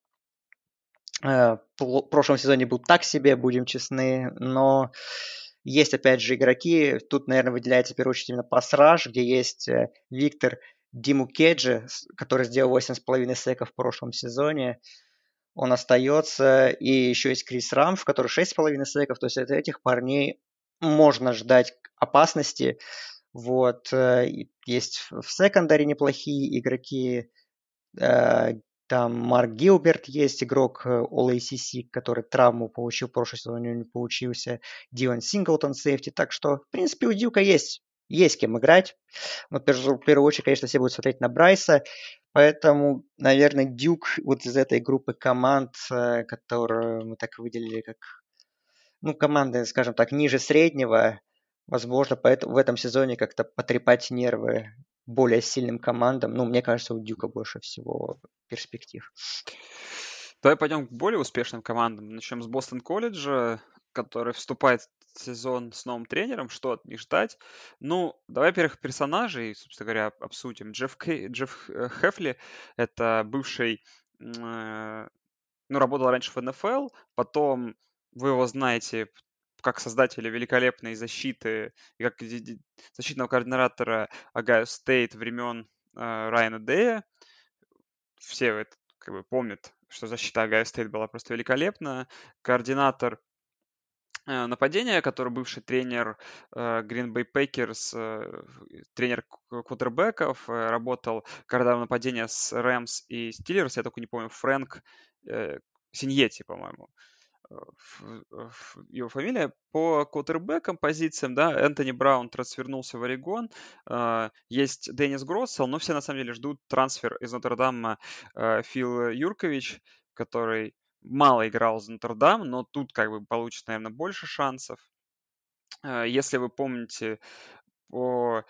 в прошлом сезоне был так себе, будем честны, но есть, опять же, игроки. Тут, наверное, выделяется в первую очередь именно пас-раш, где есть Виктор Димукеджи, который сделал 8,5 секов в прошлом сезоне. Он остается. И еще есть Крис Рамф, который 6,5 секов. То есть от этих парней можно ждать опасности. Вот. Есть в секондаре неплохие игроки. Там Марк Гилберт есть, игрок All ACC, который травму получил в прошлом сезоне, у него не получился. Дилан Синглтон сейфти. Так что, в принципе, у Дьюка есть кем играть. Но в первую очередь, конечно, все будут смотреть на Брайса. Поэтому, наверное, Дюк вот из этой группы команд, которую мы так выделили, как команды, скажем так, ниже среднего, возможно, поэтому в этом сезоне как-то потрепать нервы более сильным командам. Мне кажется, у Дюка больше всего перспектив. Давай пойдем к более успешным командам. Начнем с Бостон колледжа, который вступает в сезон с новым тренером. Что от них ждать? Давай первых персонажей, собственно говоря, обсудим. Джефф Хефли — это бывший, работал раньше в НФЛ, потом вы его знаете как создателя великолепной защиты и как защитного координатора Огайо Стейт времен Райана Дэя. Все это как бы помнят, что защита Огайо Стейт была просто великолепна. Координатор нападения, который бывший тренер Green Bay Packers, тренер квотербеков, работал координатором нападения с Рэмс и Стиллерс, я только не помню, Фрэнк Синьети, по-моему, его фамилия. По квотербекам позициям, да, Энтони Браун трансфернулся в Орегон, есть Деннис Гроссел, но все на самом деле ждут трансфер из Нотр-Дама Фил Юркович, который мало играл за Нотр-Дам, но тут как бы получит, наверное, больше шансов. Если вы помните по,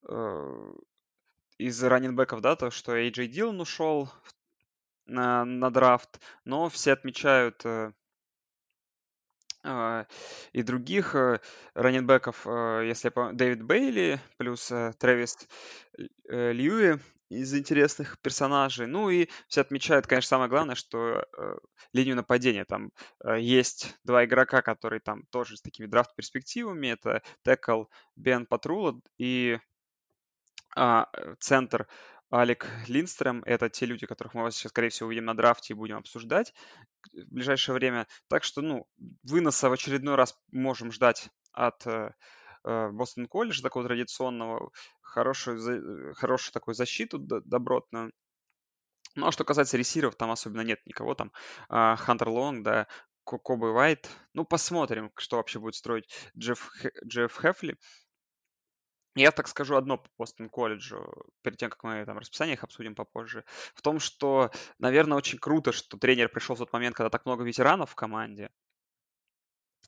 из раннинбеков, да, то, что AJ Дилан ушел на драфт, но все отмечают и других раннинбеков, если я помню, Дэвид Бейли плюс Трэвис Льюи из интересных персонажей. И все отмечают, конечно, самое главное, что линию нападения. Там есть два игрока, которые там тоже с такими драфт-перспективами. Это текл Бен Патрула и центр Алек Линдстрем. Это те люди, которых мы сейчас, скорее всего, увидим на драфте и будем обсуждать в ближайшее время. Так что, выноса в очередной раз можем ждать от Бостон колледжа, такого традиционного, хорошую такую защиту добротную. А что касается ресиверов, там особенно нет никого. Там Хантер Лонг, да, Коби Уайт. Посмотрим, что вообще будет строить Джефф Хефли. Я так скажу одно по Бостон колледжу, перед тем, как мы там расписание их обсудим попозже, в том, что, наверное, очень круто, что тренер пришел в тот момент, когда так много ветеранов в команде.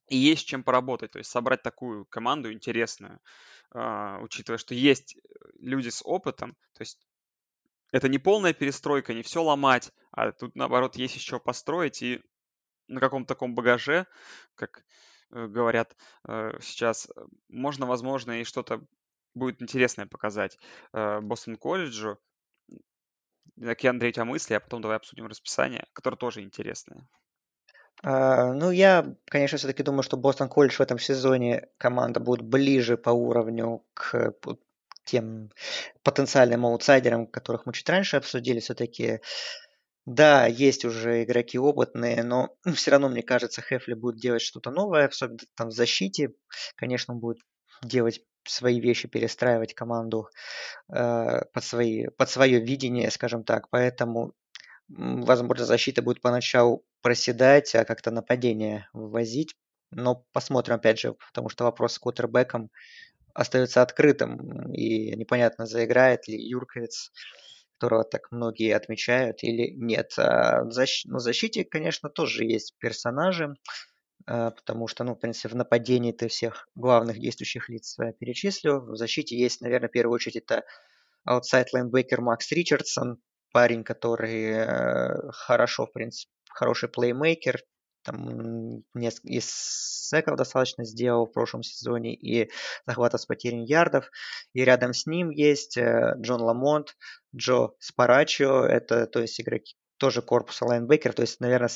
И есть чем поработать, то есть собрать такую команду интересную, учитывая, что есть люди с опытом, то есть это не полная перестройка, не все ломать, а тут, наоборот, есть еще построить и на каком-то таком багаже, как говорят сейчас, можно, возможно, и что-то будет интересное показать Бостон колледжу. Такие, Андрей, у тебя мысли, а потом давай обсудим расписание, которое тоже интересное. Ну, я, конечно, все-таки думаю, что Бостон Колледж в этом сезоне команда будет ближе по уровню к тем потенциальным аутсайдерам, которых мы чуть раньше обсудили. Все-таки, да, есть уже игроки опытные, но все равно, мне кажется, Хефли будет делать что-то новое, особенно там в защите. Конечно, он будет делать свои вещи, перестраивать команду под свое видение, скажем так. Поэтому возможно, защита будет поначалу проседать, а как-то нападение вывозить. Но посмотрим, опять же, потому что вопрос с квотербеком остается открытым. И непонятно, заиграет ли Юрковец, которого так многие отмечают, или нет. В защите, конечно, тоже есть персонажи, потому что, ну, в принципе, в нападении ты всех главных действующих лиц перечислил. В защите есть, наверное, в первую очередь это аутсайд лайнбекер Макс Ричардсон, парень, который хорошо, в принципе, хороший плеймейкер, там из секов достаточно сделал в прошлом сезоне и захватов с потерей ярдов. И рядом с ним есть Джон Ламонт, Джо Спарачио, это, то есть, игроки тоже корпуса лайнбекер, то есть, наверное,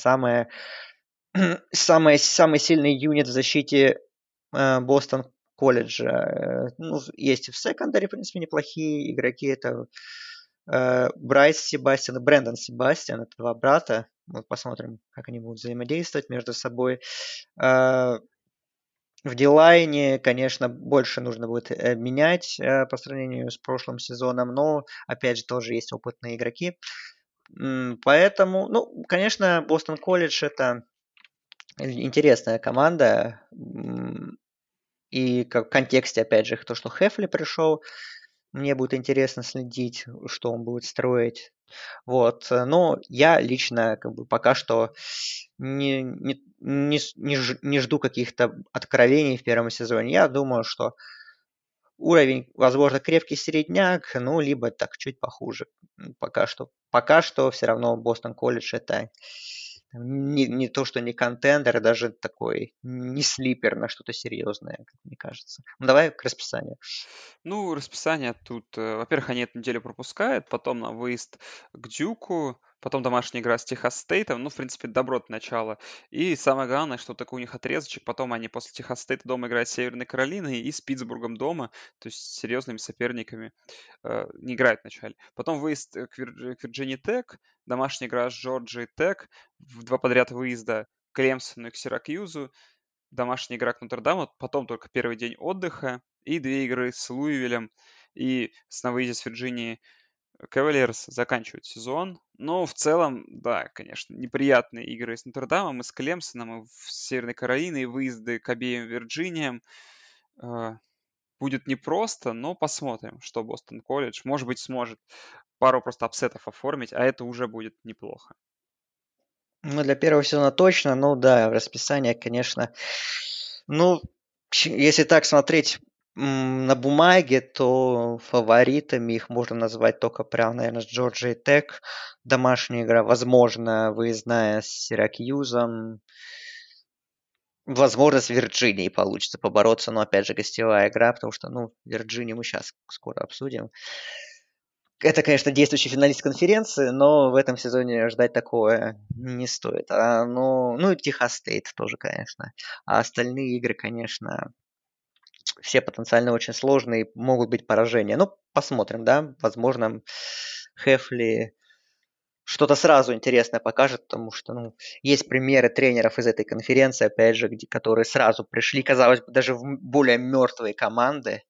самый сильный юнит в защите Бостон колледжа. Ну, есть и в секондаре, в принципе, неплохие игроки. Это Брайс Себастьян и Брэндон Себастьян. Это два брата. Вот посмотрим, как они будут взаимодействовать между собой. В Дилайне, конечно, больше нужно будет менять по сравнению с прошлым сезоном, но, опять же, тоже есть опытные игроки. Поэтому, ну, конечно, Бостон колледж это интересная команда. И как в контексте, опять же, то, что Хефли пришел, мне будет интересно следить, что он будет строить. Вот. Но я лично как бы пока что не жду каких-то откровений в первом сезоне. Я думаю, что уровень, возможно, крепкий середняк, ну, либо так чуть похуже. Пока что все равно Бостон колледж это не то, что не контендер, даже такой не слипер на что-то серьезное, как мне кажется. Ну, давай к расписанию. Ну, расписание тут, во-первых, они эту неделю пропускают, потом на выезд к Дюку, потом домашняя игра с Техас Стейтом, ну, в принципе, добротное начало. И самое главное, что такой у них отрезочек, потом они после Техас Стейта дома играют с Северной Каролиной и с Питтсбургом дома, то есть с серьезными соперниками не играют вначале. Потом выезд к Вирджинии Тек, домашняя игра с Джорджией Тек, в два подряд выезда к Клемсону и к Сиракьюзу, домашняя игра к Нотр-Даму, потом только первый день отдыха и две игры с Луивилем и на выезде с Вирджинии Кавалерс заканчивают сезон. Но в целом, да, конечно, неприятные игры с Нотр-Дамом и с Клемсоном, и в Северной Каролине, и выезды к обеим Вирджиниям. Э, Будет непросто, но посмотрим, что Бостон Колледж, может быть, сможет пару просто апсетов оформить, а это уже будет неплохо. Ну, для первого сезона точно, ну да, расписание, конечно. Ну, если так смотреть на бумаге, то фаворитами их можно назвать только прям, наверное, с Джорджией Тек. Домашняя игра, возможно, выездная с Сиракьюзом. Возможно, с Вирджинией получится побороться, но опять же гостевая игра, потому что, ну, Вирджинию мы сейчас скоро обсудим. Это, конечно, действующий финалист конференции, но в этом сезоне ждать такое не стоит. Ну и Техас Стейт тоже, конечно. А остальные игры, конечно, все потенциально очень сложные, могут быть поражения. Ну, посмотрим, да. Возможно, Хефли что-то сразу интересное покажет, потому что, ну, есть примеры тренеров из этой конференции, опять же, которые сразу пришли, казалось бы, даже в более мертвые команды,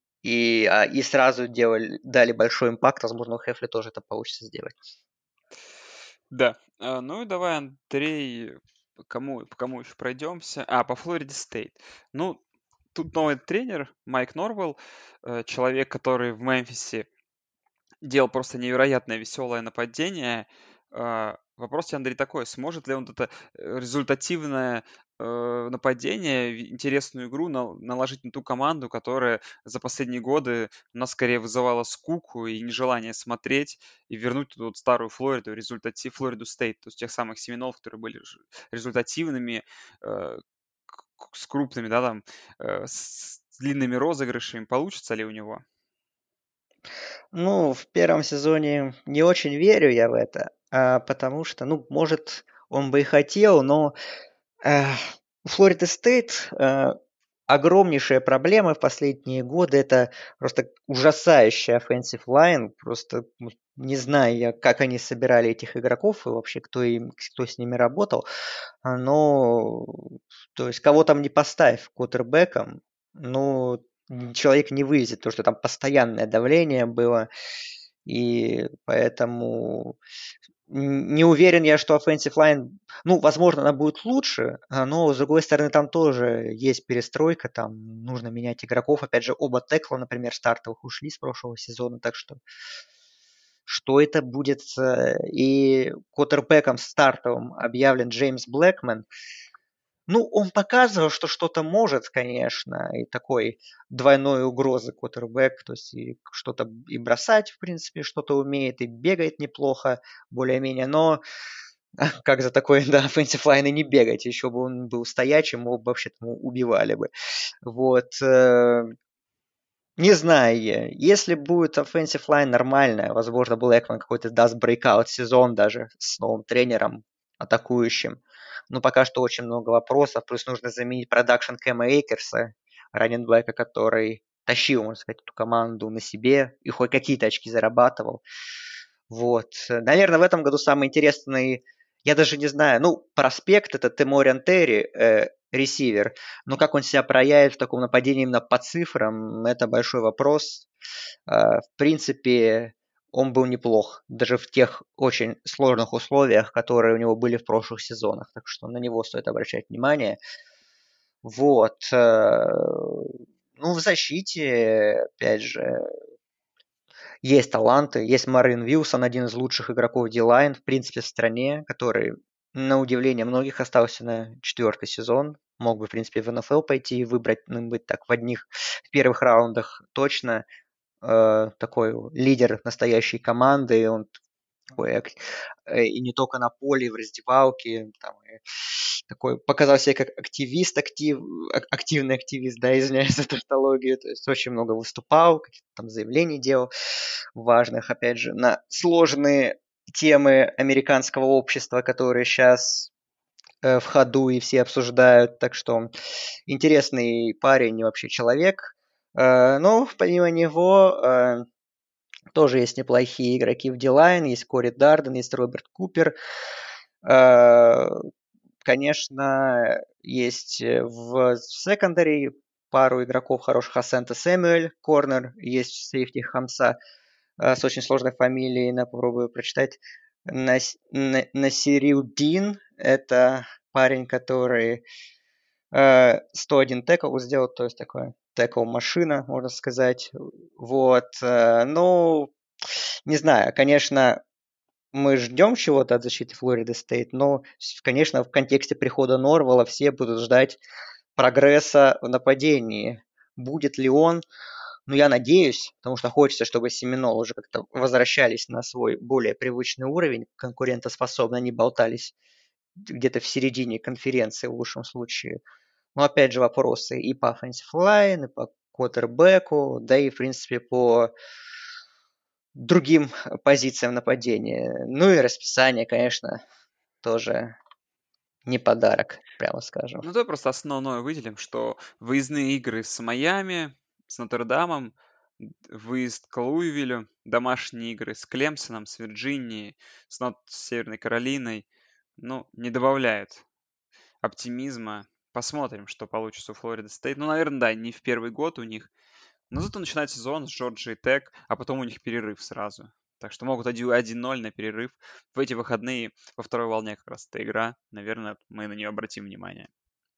и сразу дали большой импакт. Возможно, у Хефли тоже это получится сделать. Да. Ну и давай, Андрей, по кому еще пройдемся? По Флориде Стейт. Ну, тут новый тренер, Майк Норвелл, человек, который в Мемфисе делал просто невероятное веселое нападение. Вопрос тебе, Андрей, такой: сможет ли он это результативное нападение, интересную игру наложить на ту команду, которая за последние годы у нас скорее вызывала скуку и нежелание смотреть, и вернуть туда вот старую Флориду, Флориду Стейт, то есть тех самых Семенов, которые были результативными, э, с крупными, да, там, с длинными розыгрышами. Получится ли у него? Ну, в первом сезоне не очень верю я в это, потому что, ну, может, он бы и хотел, но э, у Флориды Стейт огромнейшая проблема в последние годы. Это просто ужасающий offensive line. Просто не знаю я, как они собирали этих игроков и вообще кто с ними работал. Но, то есть, кого там не поставь квотербеком, ну, человек не вывезет, потому что там постоянное давление было. И поэтому не уверен я, что offensive line, ну, возможно, она будет лучше, но, с другой стороны, там тоже есть перестройка, там нужно менять игроков. Опять же, оба текла, например, стартовых ушли с прошлого сезона, так что это будет. И квотербеком стартовым объявлен Джеймс Блэкман. Ну, он показывал, что что-то может, конечно, и такой двойной угрозы квотербек, то есть и что-то и бросать, в принципе, что-то умеет, и бегает неплохо, более-менее, но как за такой, да, offensive line и не бегать, еще бы он был стоячим, его бы вообще там убивали бы. Вот, не знаю я, если будет offensive line нормальная, возможно, Блэкман какой-то даст брейкаут сезон даже с новым тренером атакующим. Но пока что очень много вопросов. Плюс нужно заменить продакшн Кэма Эйкерса, раненбека, который тащил, можно сказать, эту команду на себе и хоть какие-то очки зарабатывал. Вот. Наверное, в этом году самый интересный, я даже не знаю, ну, проспект это Тимориан Терри, ресивер, но как он себя проявит в таком нападении именно по цифрам, это большой вопрос. В принципе, он был неплох, даже в тех очень сложных условиях, которые у него были в прошлых сезонах. Так что на него стоит обращать внимание. Вот. Ну, в защите, опять же, есть таланты. Есть Марвин Вилсон, один из лучших игроков D-Line, в принципе, в стране, который, на удивление многих, остался на 4-й сезон. Мог бы, в принципе, в НФЛ пойти и выбрать, ну, быть так в первых раундах точно. Такой лидер настоящей команды. Он такой, и не только на поле, и в раздевалке. Там, и такой показал себя как активист, активный активист, да, извиняюсь за тавтологию. То есть очень много выступал, какие-то там заявлений делал важных, опять же, на сложные темы американского общества, которые сейчас в ходу и все обсуждают. Так что интересный парень и вообще человек. Но помимо него тоже есть неплохие игроки в D-Line. Есть Кори Дарден, есть Роберт Купер. Э, Конечно, есть в секондаре пару игроков хороших. Асента Сэмюэль, корнер. Есть в сейфти Хамса с очень сложной фамилией, попробую прочитать. Насирилдин. Это парень, который 101 текл сделал, то есть такой текл-машина, можно сказать. Вот. Ну, не знаю, конечно, мы ждем чего-то от защиты Флориды Стейт, но, конечно, в контексте прихода Норвала все будут ждать прогресса в нападении. Будет ли он? Ну, я надеюсь, потому что хочется, чтобы Семенол уже как-то возвращались на свой более привычный уровень, конкурентоспособно, они болтались где-то в середине конференции в лучшем случае. Но опять же вопросы и по offensive line, и по квотербеку, да и в принципе по другим позициям нападения. Ну и расписание, конечно, тоже не подарок, прямо скажем. Ну, давай просто основное выделим, что выездные игры с Майами, с Нотр-Дамом, выезд к Луивилю, домашние игры с Клемсоном, с Вирджинией, с Северной Каролиной, ну, не добавляют оптимизма. Посмотрим, что получится у Флорида Стейт. Ну, наверное, да, не в первый год у них. Но зато начинать сезон с Джорджией Тек, а потом у них перерыв сразу. Так что могут 1-0 на перерыв. В эти выходные во второй волне как раз эта игра. Наверное, мы на нее обратим внимание.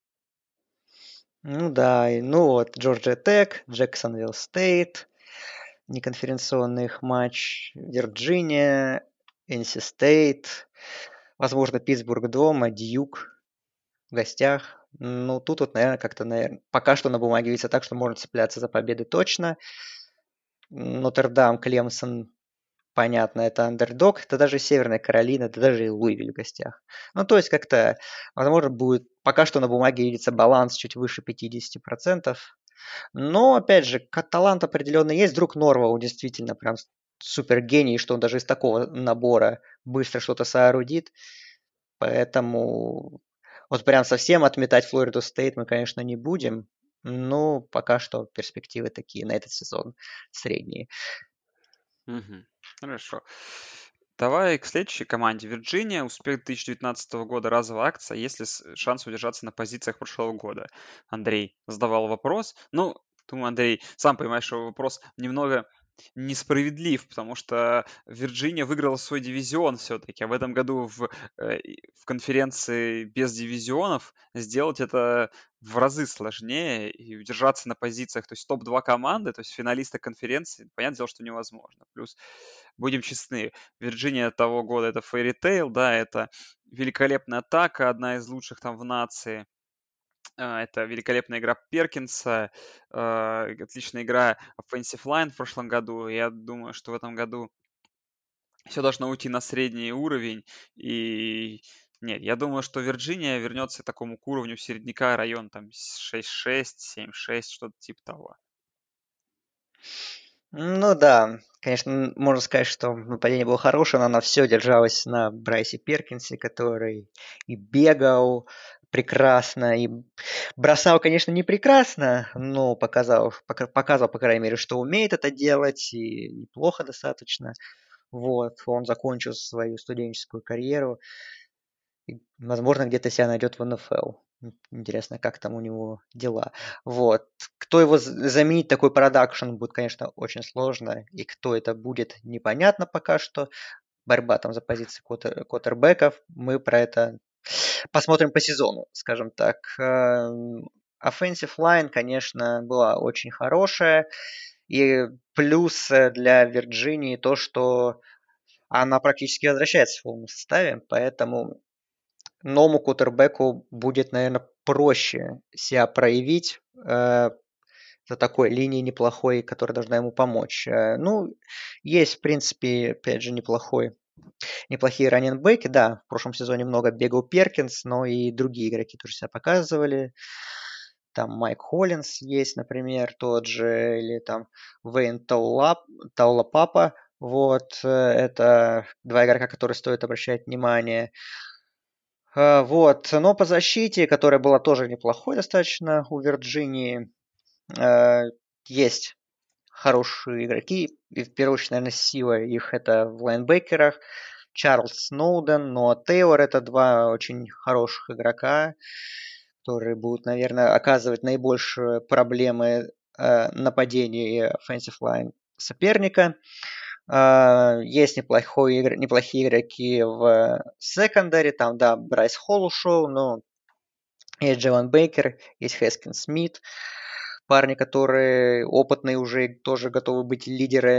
Ну да, ну вот Джорджия Тек, Джексонвилл Стейт, неконференционный их матч, Вирджиния, NC Стейт, возможно, Питтсбург дома, Дьюк в гостях. Ну, тут вот, наверное, как-то, наверное, пока что на бумаге видится так, что можно цепляться за победы точно. Нотр-Дам, Клемсон, понятно, это андердог, это даже Северная Каролина, это даже и Луивиль в гостях. Ну, то есть как-то, возможно, будет пока что на бумаге видится баланс чуть выше 50%. Но, опять же, талант определенно есть. Вдруг Норвау действительно прям супер гений, что он даже из такого набора быстро что-то соорудит. Поэтому вот прям совсем отметать Флориду Стейт мы, конечно, не будем. Но пока что перспективы такие на этот сезон средние. Мгм. Хорошо. Давай к следующей команде. Вирджиния. Успех 2019 года. Разовая акция. Есть ли шанс удержаться на позициях прошлого года? Андрей задавал вопрос. Ну, думаю, Андрей, сам понимаешь, что вопрос немного несправедлив, потому что Вирджиния выиграла свой дивизион все-таки. А в этом году в конференции без дивизионов сделать это в разы сложнее и удержаться на позициях. То есть топ-2 команды, то есть финалисты конференции, понятное дело, что невозможно. Плюс, будем честны, Вирджиния того года это Fairy Tail, да, это великолепная атака, одна из лучших там в нации. Это великолепная игра Перкинса, отличная игра Offensive Line в прошлом году. Я думаю, что в этом году все должно уйти на средний уровень. И нет, я думаю, что Вирджиния вернется к такому к уровню середняка, район там 6-6, 7-6, что-то типа того. Ну да, конечно, можно сказать, что нападение было хорошее, но оно все держалось на Брайсе Перкинсе, который и бегал прекрасно, и бросал, конечно, не прекрасно, но показал, по крайней мере, что умеет это делать, и неплохо достаточно. Вот, он закончил свою студенческую карьеру. И, возможно, где-то себя найдет в НФЛ. Интересно, как там у него дела. Вот. Кто его заменить, такой продакшн будет, конечно, очень сложно. И кто это будет, непонятно пока что. Борьба там за позиции квотербеков. Мы про это посмотрим по сезону, скажем так. Offensive line, конечно, была очень хорошая. И плюс для Вирджинии то, что она практически возвращается в полном составе, поэтому новому кутербеку будет, наверное, проще себя проявить за такой линией неплохой, которая должна ему помочь. Ну, есть, в принципе, опять же, неплохие раннинбеки. Да, в прошлом сезоне много бегал Перкинс, но и другие игроки тоже себя показывали. Там Майк Холлинс есть, например, тот же, или там Вейн Таулапапа. Вот, это два игрока, которые стоит обращать внимание. Вот, но по защите, которая была тоже неплохой достаточно у Вирджинии, э, есть хорошие игроки. И в первую очередь, наверное, сила их это в лайнбекерах. Чарльз Сноуден, Ноа Тейлор – это два очень хороших игрока, которые будут, наверное, оказывать наибольшие проблемы нападению и offensive line соперника. Есть неплохие игроки в секондаре, там, да, Брайс Холл ушел, но есть Джеван Бейкер, есть Хескин Смит, парни, которые опытные уже тоже готовы быть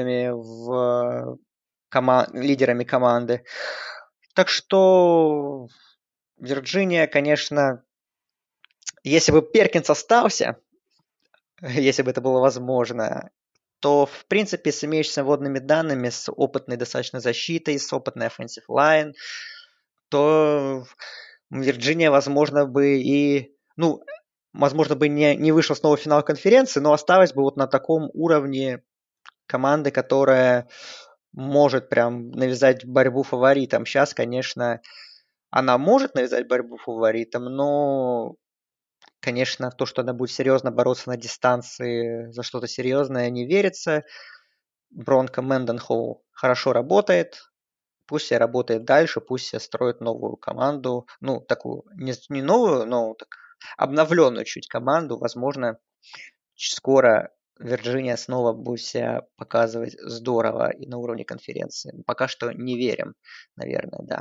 лидерами команды. Так что Вирджиния, конечно, если бы Перкинс остался, если бы это было возможно, то, в принципе, с имеющимися водными данными, с опытной достаточно защитой, с опытной offensive line, то Вирджиния, возможно, бы и, ну, возможно, бы не вышла снова в финал конференции, но осталась бы вот на таком уровне команды, которая может прям навязать борьбу фаворитам. Сейчас, конечно, она может навязать борьбу фаворитам, но, конечно, в то, что она будет серьезно бороться на дистанции за что-то серьезное, не верится. Бронко Мэнденхоу хорошо работает, пусть себе работает дальше, пусть себе строит новую команду, ну, такую, не новую, но так, обновленную чуть команду. Возможно, скоро Вирджиния снова будет себя показывать здорово и на уровне конференции. Пока что не верим, наверное, да.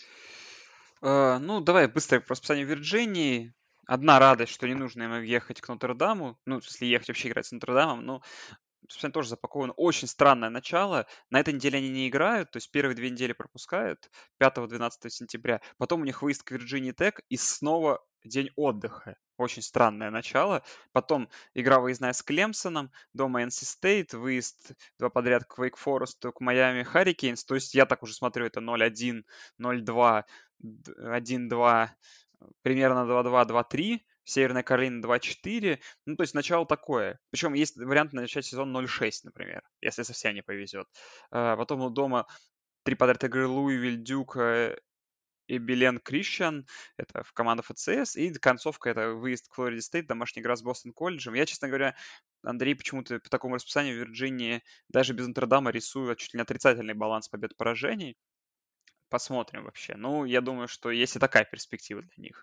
Ну, давай быстро по расписанию Вирджинии. Одна радость, что не нужно им ехать к Нотр-Даму. Ну, в смысле, ехать вообще играть с Нотр-Дамом. Но расписание тоже запаковано. Очень странное начало. На этой неделе они не играют, то есть первые 2 недели пропускают. 5-12 сентября. Потом у них выезд к Вирджинии Тек и снова день отдыха. Очень странное начало. Потом игра выездная с Клемсоном, дома NC State, выезд 2 подряд к Wake Forest, к Miami Hurricanes. То есть я так уже смотрю, это 0-1, 0-2, 1-2, примерно 2-2, 2-3. Северная Каролина 2-4. Ну, то есть начало такое. Причем есть вариант начать сезон 0-6, например, если совсем не повезет. Потом у дома 3 подряд игры Луивиль, Дюк и Белен Кришан, это в команда ФЦС, и концовка — это выезд к Флориде Стейт, домашняя игра с Бостон колледжем. Я, честно говоря, Андрей почему-то по такому расписанию в Вирджинии даже без Нотр-Дама рисую чуть ли не отрицательный баланс побед-поражений. Посмотрим вообще. Ну, я думаю, что есть и такая перспектива для них.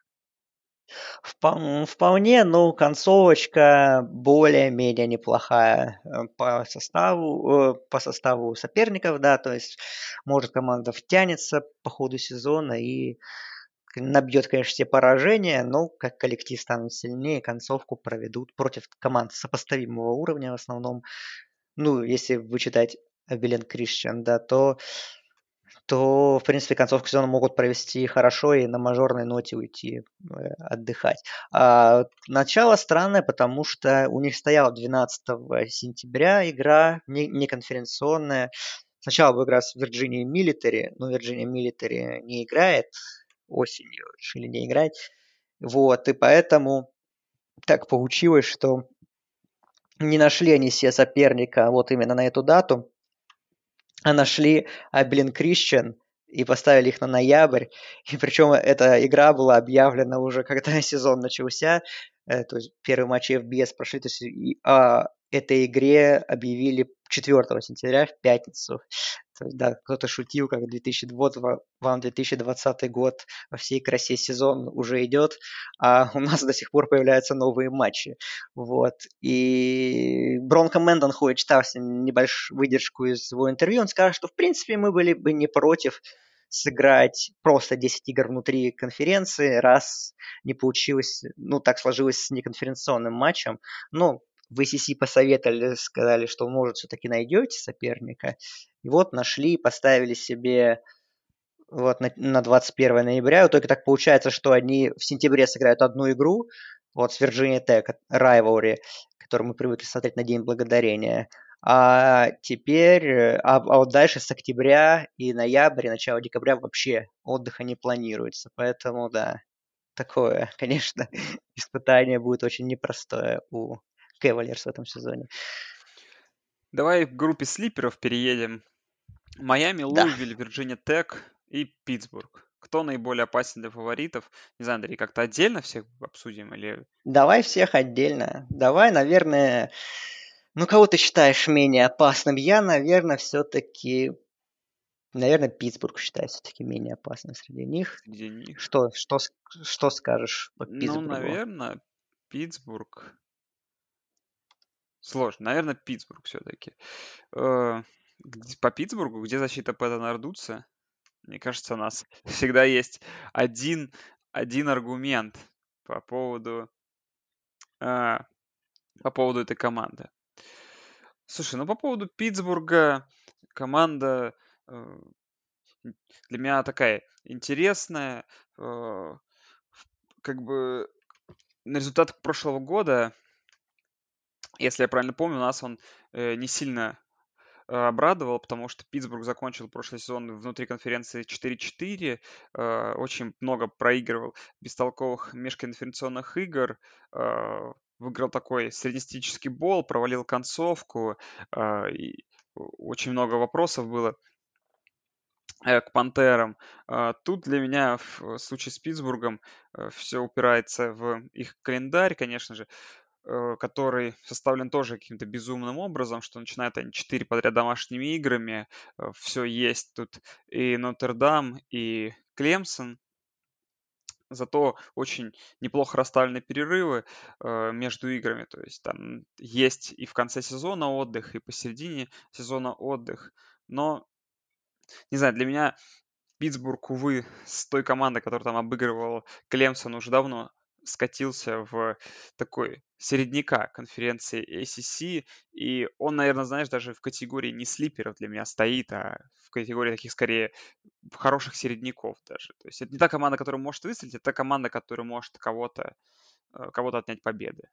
Вполне, ну, концовочка более-менее неплохая по составу соперников, да, то есть, может, команда втянется по ходу сезона и набьет, конечно, все поражения, но как коллектив станут сильнее, концовку проведут против команд сопоставимого уровня в основном. Ну, если вычитать Абелен Кришчан, да, то, в принципе, концовку сезона могут провести хорошо и на мажорной ноте уйти отдыхать. А начало странное, потому что у них стояла 12 сентября игра не конференционная. Сначала была игра с Вирджинией Милитари, но Вирджиния Милитари не играет осенью, решили не играть. Вот, и поэтому так получилось, что не нашли они себе соперника вот именно на эту дату, а нашли Абелин Кришчан и поставили их на ноябрь. И причем эта игра была объявлена уже, когда сезон начался. То есть первые матчи FBS прошли. То есть этой игре объявили 4 сентября в пятницу. То есть, да, кто-то шутил, как 2020 год во всей красе сезон уже идет, а у нас до сих пор появляются новые матчи. Вот. И Бронко Мэндон ходит, читал небольшую выдержку из его интервью, он скажет, что в принципе мы были бы не против сыграть просто 10 игр внутри конференции, раз не получилось, ну, так сложилось с неконференционным матчем. Но в ACC посоветовали, сказали, что, может, все-таки найдете соперника. И вот нашли, поставили себе вот на 21 ноября. В итоге так получается, что они в сентябре сыграют одну игру, вот с Virginia Tech, Rivalry, которую мы привыкли смотреть на День Благодарения. А теперь, вот дальше с октября и ноября, начало декабря вообще отдыха не планируется. Поэтому, да, такое, конечно, испытание будет очень непростое у Cavaliers в этом сезоне. Давай к группе слиперов переедем. Майами, Да, Луивиль, Вирджиния Тек и Питтсбург. Кто наиболее опасен для фаворитов? Не знаю, Андрей, как-то отдельно всех обсудим или... давай всех отдельно. Давай, наверное, ну кого ты считаешь менее опасным? Я, наверное, все-таки, наверное, Питтсбург считаю все-таки менее опасным среди них. Среди них? Что скажешь по Ну, Питтсбургу? наверное, Питтсбург. Сложно. Наверное, Питтсбург все-таки. По Питтсбургу, где защита Пэта Нардуца, мне кажется, у нас всегда есть один, один аргумент по поводу, а, по поводу этой команды. Слушай, ну по поводу Питтсбурга команда э, для меня такая интересная. э, Как бы на результат прошлого года, если я правильно помню, у нас он не сильно обрадовал, потому что Питтсбург закончил прошлый сезон внутри конференции 4-4, очень много проигрывал бестолковых межконференционных игр, выиграл такой среднестатистический бол, провалил концовку, и очень много вопросов было к Пантерам. Тут для меня в случае с Питтсбургом все упирается в их календарь, конечно же, который составлен тоже каким-то безумным образом, что начинают они 4 подряд домашними играми. Все есть тут и Нотр-Дам, и Клемсон. Зато очень неплохо расставлены перерывы между играми. То есть там есть и в конце сезона отдых, и посередине сезона отдых. Но, не знаю, для меня Питтсбург, увы, с той командой, которая там обыгрывала Клемсон, уже давно скатился в такой середняка конференции ACC, и он, наверное, знаешь, даже в категории не слиперов для меня стоит, а в категории таких, скорее, хороших середняков даже. То есть это не та команда, которая может выстрелить, это та команда, которая может кого-то отнять победы.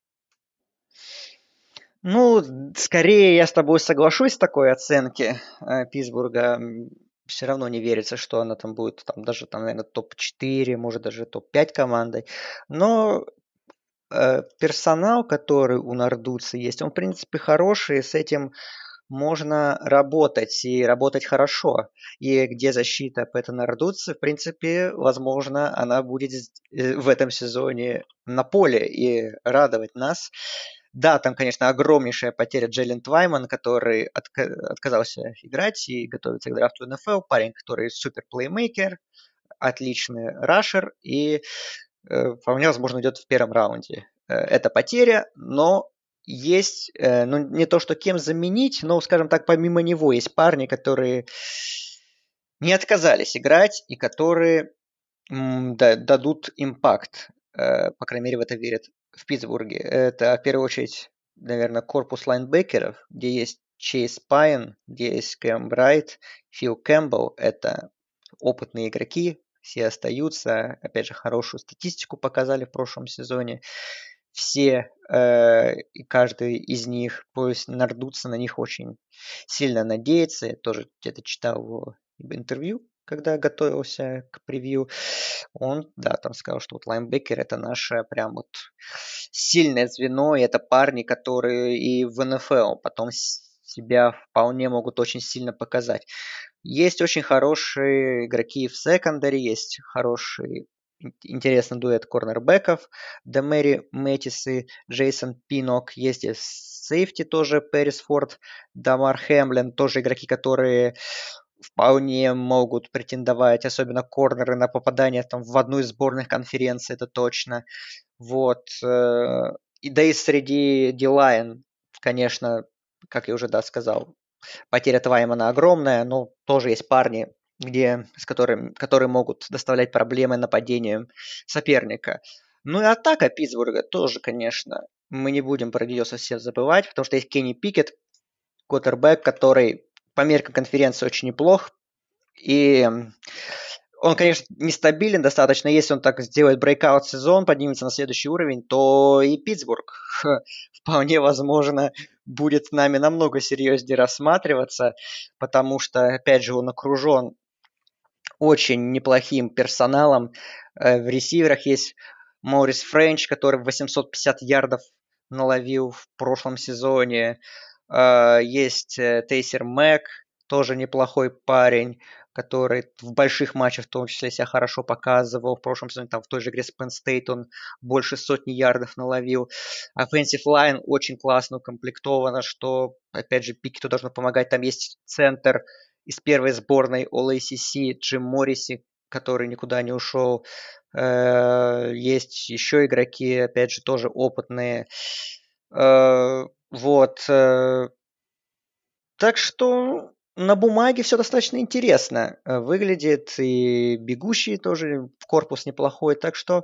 Ну, скорее я с тобой соглашусь с такой оценки Питтсбурга. Все равно не верится, что она там будет, там, даже, там, наверное, топ-4, может, даже топ-5 командой. Но персонал, который у Нардуца есть, он, в принципе, хороший, и с этим можно работать, и работать хорошо. И где защита Пэта Нардуца, в принципе, возможно, она будет в этом сезоне на поле и радовать нас. Да, там, конечно, огромнейшая потеря Джейлен Твайман, который отказался играть и готовится к драфту НФЛ. Парень, который супер плеймейкер, отличный рашер и вполне возможно идет в первом раунде. Это потеря, но есть, ну не то что кем заменить, но, скажем так, помимо него есть парни, которые не отказались играть и которые дадут импакт, по крайней мере, в это верят в Питтсбурге. Это, в первую очередь, наверное, корпус лайнбекеров, где есть Чейз Пайн, где есть Кэм Брайт, Фил Кэмпбелл. Это опытные игроки, все остаются. Опять же, хорошую статистику показали в прошлом сезоне. Все и каждый из них, пусть Нардуца на них очень сильно надеется. Я тоже где-то читал его интервью, когда готовился к превью. Он, да, там сказал, что вот лайнбекер это наше прям вот сильное звено, и это парни, которые и в НФЛ потом себя вполне могут очень сильно показать. Есть очень хорошие игроки в секондаре, есть хороший интересный дуэт корнербеков, Демери Мэтис и Джейсон Пинок. Есть и сейфти тоже, Пэрис Форд, Дамар Хэмлин, тоже игроки, которые вполне могут претендовать, особенно корнеры, на попадание там, в одну из сборных конференций, это точно. Вот. И да и среди Дилайн, конечно, как я уже сказал, потеря Тваймана огромная, но тоже есть парни, которые могут доставлять проблемы нападением соперника. Ну и атака Питтсбурга тоже, конечно. Мы не будем про нее совсем забывать, потому что есть Кенни Пикет, квотербек, который по меркам конференции очень неплох. И он, конечно, нестабилен достаточно. Если он так сделает брейкаут сезон, поднимется на следующий уровень, то и Питтсбург вполне возможно будет нами намного серьезнее рассматриваться, потому что, опять же, он окружен очень неплохим персоналом. В ресиверах есть Морис Френч, который 850 ярдов наловил в прошлом сезоне. Есть Тейсер Мэг, тоже неплохой парень, который в больших матчах в том числе себя хорошо показывал. В прошлом сезоне там в той же игре с Penn State он больше сотни ярдов наловил. Offensive line очень классно укомплектовано, что, опять же, Пикету должно помогать. Там есть центр из первой сборной All ACC Джим Морриси, который никуда не ушел. Есть еще игроки, опять же, тоже опытные. Вот. Так что на бумаге все достаточно интересно выглядит, и бегущий тоже корпус неплохой. Так что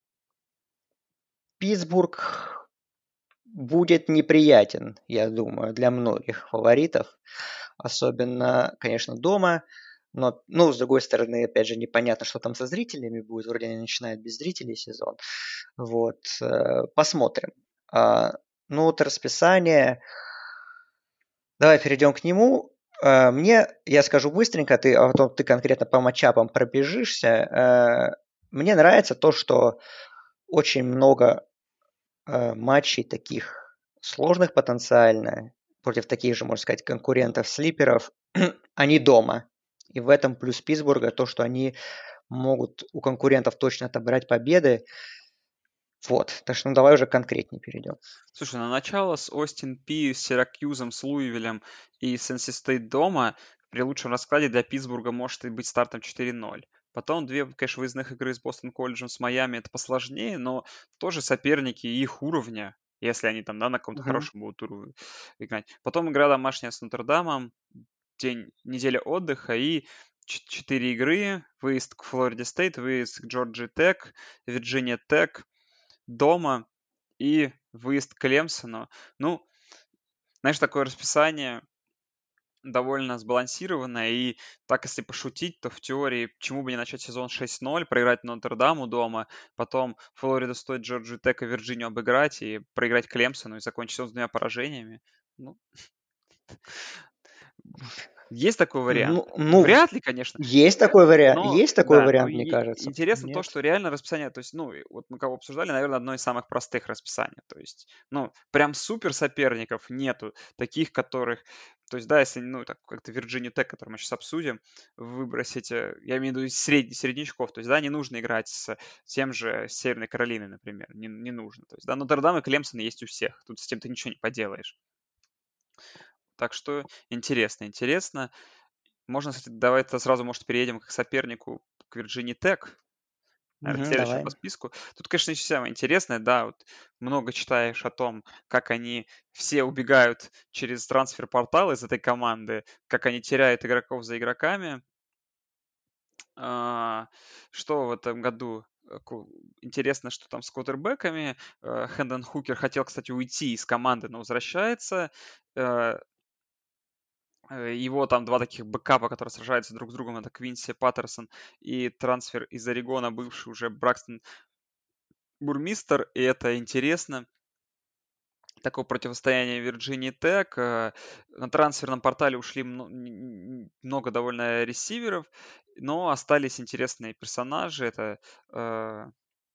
Питтсбург будет неприятен, я думаю, для многих фаворитов. Особенно, конечно, дома. Но, ну, с другой стороны, опять же, непонятно, что там со зрителями будет. Вроде они начинают без зрителей сезон. Вот. Посмотрим. Ну, вот расписание. Давай перейдем к нему. Я скажу быстренько, а потом ты конкретно по матчапам пробежишься. Мне нравится то, что очень много матчей таких сложных потенциально, против таких же, можно сказать, конкурентов-слиперов, они дома. И в этом плюс Питтсбурга то, что они могут у конкурентов точно отобрать победы. Вот. Так что ну, давай уже конкретнее перейдем. Слушай, на начало с Остин Пи, с Сиракьюзом, с Луивилем и с NC State дома при лучшем раскладе для Питтсбурга может и быть стартом 4-0. Потом две, конечно, выездных игры с Бостон Колледжем, с Майами это посложнее, но тоже соперники их уровня, если они там, да, на каком-то Мгм. хорошем будут уровне играть. Потом игра домашняя с Нотр-Дамом, неделя отдыха и 4 игры. Выезд к Флориде Стейт, выезд к Джорджи Тек, Вирджиния Тек, дома и выезд к Клемсону. Ну, знаешь, такое расписание довольно сбалансированное, и так, если пошутить, то в теории, почему бы не начать сезон 6-0, проиграть Нотр-Даму дома, потом Флорида стоит Джорджию Тек и Вирджинию обыграть и проиграть Клемсону и закончить сезон с двумя поражениями. Ну, есть такой вариант. Ну, Вряд ли, конечно. есть такой вариант, Но есть такой да, но вариант, мне кажется. интересно то, Нет? что реально расписание, то есть, ну, и вот мы кого обсуждали, наверное, одно из самых простых расписаний. То есть, ну, прям супер соперников нету, таких, которых, то есть, да, если, ну, так как-то Virginia Tech, который мы сейчас обсудим, выбросить, я имею в виду из среднячков, то есть, да, не нужно играть с тем же Северной Каролиной, например, не нужно. То есть, да, Нотр-Дам и Клемсон есть у всех, тут с тем ты ничего не поделаешь. Так что интересно, интересно. Можно, кстати, давай-то сразу, может, переедем к сопернику, к Virginia Tech, наверное, Мгм, следующий давай. по списку. Тут, конечно, еще самое интересное, да, вот много читаешь о том, как они все убегают через трансфер-портал из этой команды, как они теряют игроков за игроками. А, Что в этом году? Интересно, что там с квотербеками. Хэндон Хукер хотел, кстати, уйти из команды, но возвращается. Э, Его там два таких бэкапа, которые сражаются друг с другом, это Квинси Паттерсон и трансфер из Орегона, бывший уже Бракстон Бурмистер, и это интересно. Такое противостояние Вирджинии Тек. На трансферном портале ушли много довольно ресиверов, но остались интересные персонажи. Это э,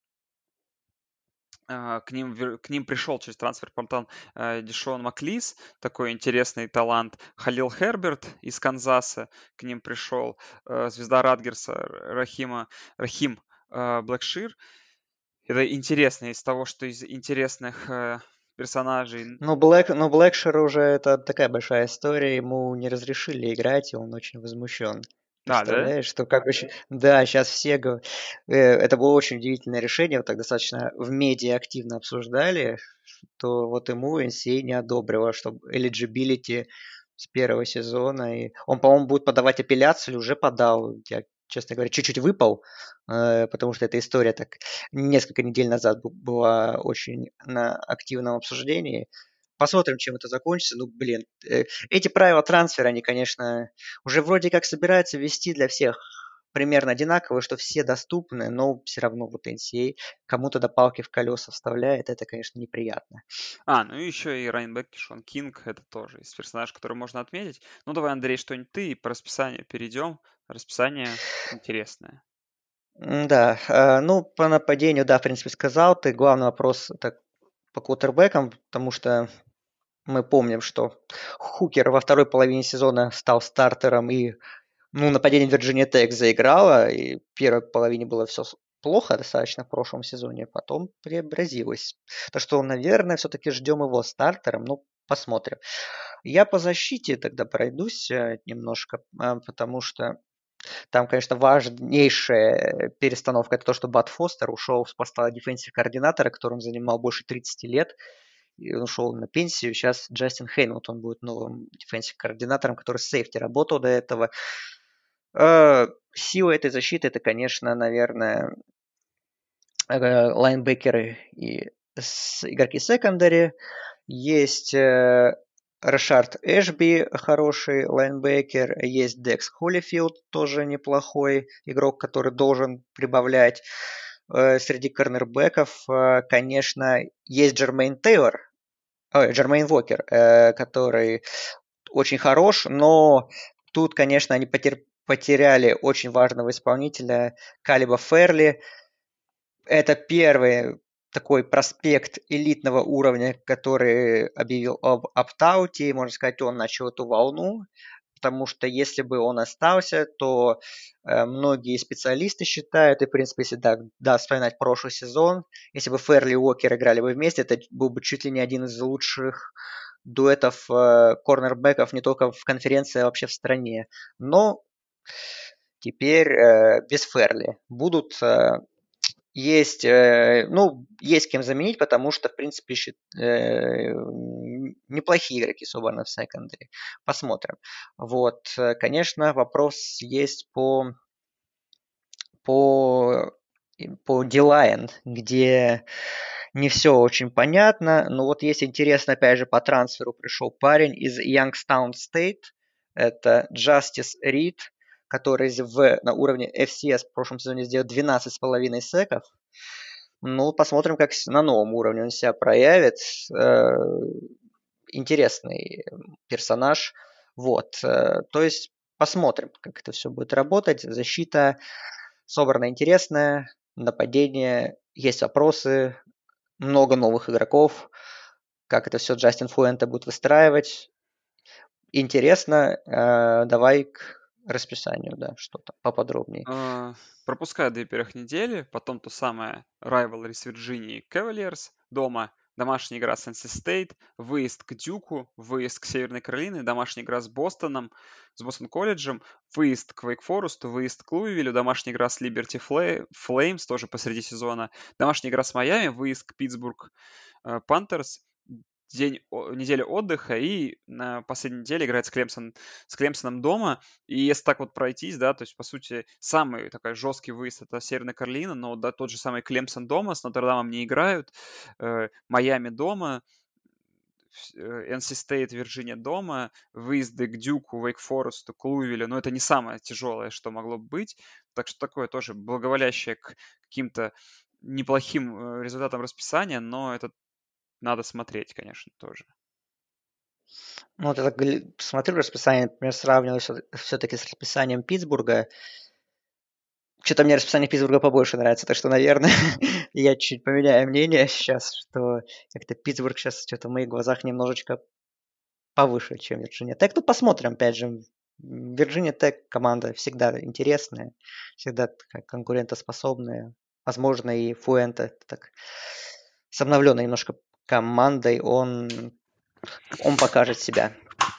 к ним пришел через трансфер-портал Дишон Маклис, такой интересный талант. Халил Херберт из Канзаса к ним пришел. Звезда Радгерса Рахим Блэкшир. Это интересно из того, что из интересных персонажей. Но Блэкшер уже это такая большая история, ему не разрешили играть, и он очень возмущен. А, да? Представляешь, что как очень... Да, сейчас это было очень удивительное решение, вот так достаточно в медиа активно обсуждали, что вот ему NCAA не одобрила, чтобы eligibility с первого сезона. И он, по-моему, будет подавать апелляцию, или уже подал. Я, честно говоря, чуть-чуть выпал, потому что эта история так несколько недель назад была очень на активном обсуждении. Посмотрим, чем это закончится. Ну, блин, эти правила трансфера, они, конечно, уже вроде как собираются ввести для всех примерно одинаковые, что все доступны, но все равно вот NCAA кому-то до палки в колеса вставляет, это, конечно, неприятно. Ну и еще и Райан Шон Кинг, это тоже из персонажей, который можно отметить. Ну давай, Андрей, что-нибудь ты, и по расписанию перейдем. Расписание интересное. Да, ну, по нападению, да, в принципе, сказал ты. Главный вопрос это по квотербекам, потому что мы помним, что Хукер во второй половине сезона стал стартером, и ну, нападение Вирджиния Тек заиграло, и в первой половине было все плохо достаточно в прошлом сезоне, потом преобразилось. Так что, наверное, все-таки ждем его стартером, ну, посмотрим. Я по защите тогда пройдусь немножко, потому что там, конечно, важнейшая перестановка это то, что Бат Фостер ушел с поста дефенсив координатора, которым занимал больше 30 лет. И он ушел на пенсию. Сейчас Джастин Хейнвуд, он будет новым дефенсив координатором, который с сейфти работал до этого. Сила этой защиты это, конечно, наверное, лайнбекеры и игроки секондари. Есть Рашард Эшби, хороший лайнбекер. Есть Декс Холлифилд, тоже неплохой игрок, который должен прибавлять. Среди корнербеков, конечно, есть Джермейн Вокер, который очень хорош, но тут, конечно, они потеряли очень важного исполнителя Калиба Ферли. Это первый такой проспект элитного уровня, который объявил об оптауте. Можно сказать, он начал эту волну, потому что если бы он остался, то многие специалисты считают, и в принципе, если вспоминать прошлый сезон, если бы Ферли и Уокер играли бы вместе, это был бы чуть ли не один из лучших дуэтов корнербеков не только в конференции, а вообще в стране. Но теперь без Ферли. Есть кем заменить, потому что, в принципе, неплохие игроки собраны в секондаре. Посмотрим. Вот, конечно, вопрос есть по D-line, где не все очень понятно. Но вот есть интересно, опять же, по трансферу пришел парень из Youngstown State. Это Justice Reed, который на уровне FCS в прошлом сезоне сделал 12,5 секов. Ну, посмотрим, как на новом уровне он себя проявит. Интересный персонаж. Вот. То есть посмотрим, как это все будет работать. Защита собрана интересная, нападение, есть вопросы, много новых игроков. Как это все Джастин Фуэнте будет выстраивать. Интересно. Давай к расписанию, да, что-то поподробнее. Пропускаю 2 первых недели, потом то самое Rivalry с Virginia Cavaliers дома, домашняя игра с NC State, выезд к Дюку, выезд к Северной Каролине, домашняя игра с Бостоном, с Бостон колледжем, выезд к Wake Forest, выезд к Луивилю, домашняя игра с Liberty Flames, тоже посреди сезона, домашняя игра с Майами, выезд к Питтсбург Пантерс, неделя отдыха, и на последней неделе играет с Клемсоном дома. И если так вот пройтись, да, то есть, по сути, самый такой жесткий выезд — это Северная Каролина, но да, тот же самый Клемсон дома, с Нотр-Дамом не играют, Майами дома, NC State, Вирджиния дома, выезды к Дюку, Вейк Форесту, к Луивилю, но это не самое тяжелое, что могло быть. Так что такое тоже благоволящее к каким-то неплохим результатам расписания, но это надо смотреть, конечно, тоже. Ну, вот я так смотрю расписание, например, сравниваю все-таки с расписанием Питтсбурга. Что-то мне расписание Питтсбурга побольше нравится, так что, наверное, я чуть поменяю мнение сейчас, что как-то Питтсбург сейчас что-то в моих глазах немножечко повыше, чем Вирджиния Тек. Ну, посмотрим, опять же. Вирджиния Тек команда всегда интересная, всегда такая конкурентоспособная. Возможно, и Фуэнте так с обновленной немножко командой он покажет себя.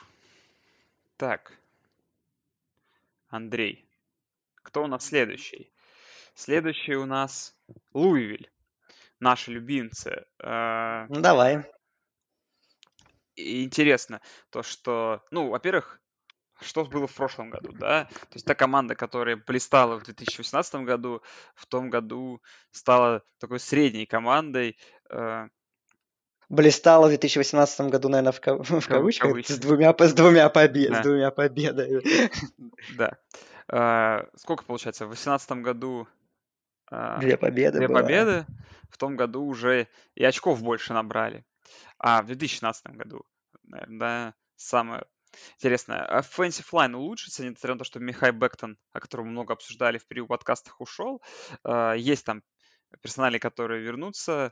Так, Андрей, кто у нас следующий? Следующий у нас Луивиль, наши любимцы. Ну, давай. И интересно то, что, ну, во-первых, что было в прошлом году, да? То есть та команда, которая блистала в 2018 году, в том году стала такой средней командой. Блистала в 2018 году, наверное, в кавычках, с Кавычки. двумя Да, победами. да. Сколько получается? В 2018 году Две победы 2 было. победы, в том году уже и очков больше набрали. А в 2016 году, наверное, да, самое интересное. Offensive line улучшится, несмотря на то, что Михай Бэктон, о котором мы много обсуждали в превью-подкастах, ушел. Есть там персонали, которые вернутся.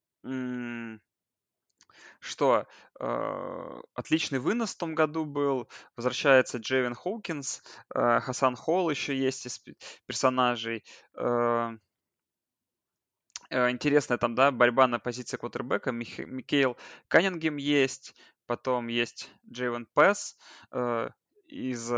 Что отличный вынос в том году был. Возвращается Джейвен Хоукинс, Хасан Холл еще есть из персонажей. Интересная там, да, борьба на позиции квотербека. Микейл Каннингем есть, потом есть Джейвен Пэс из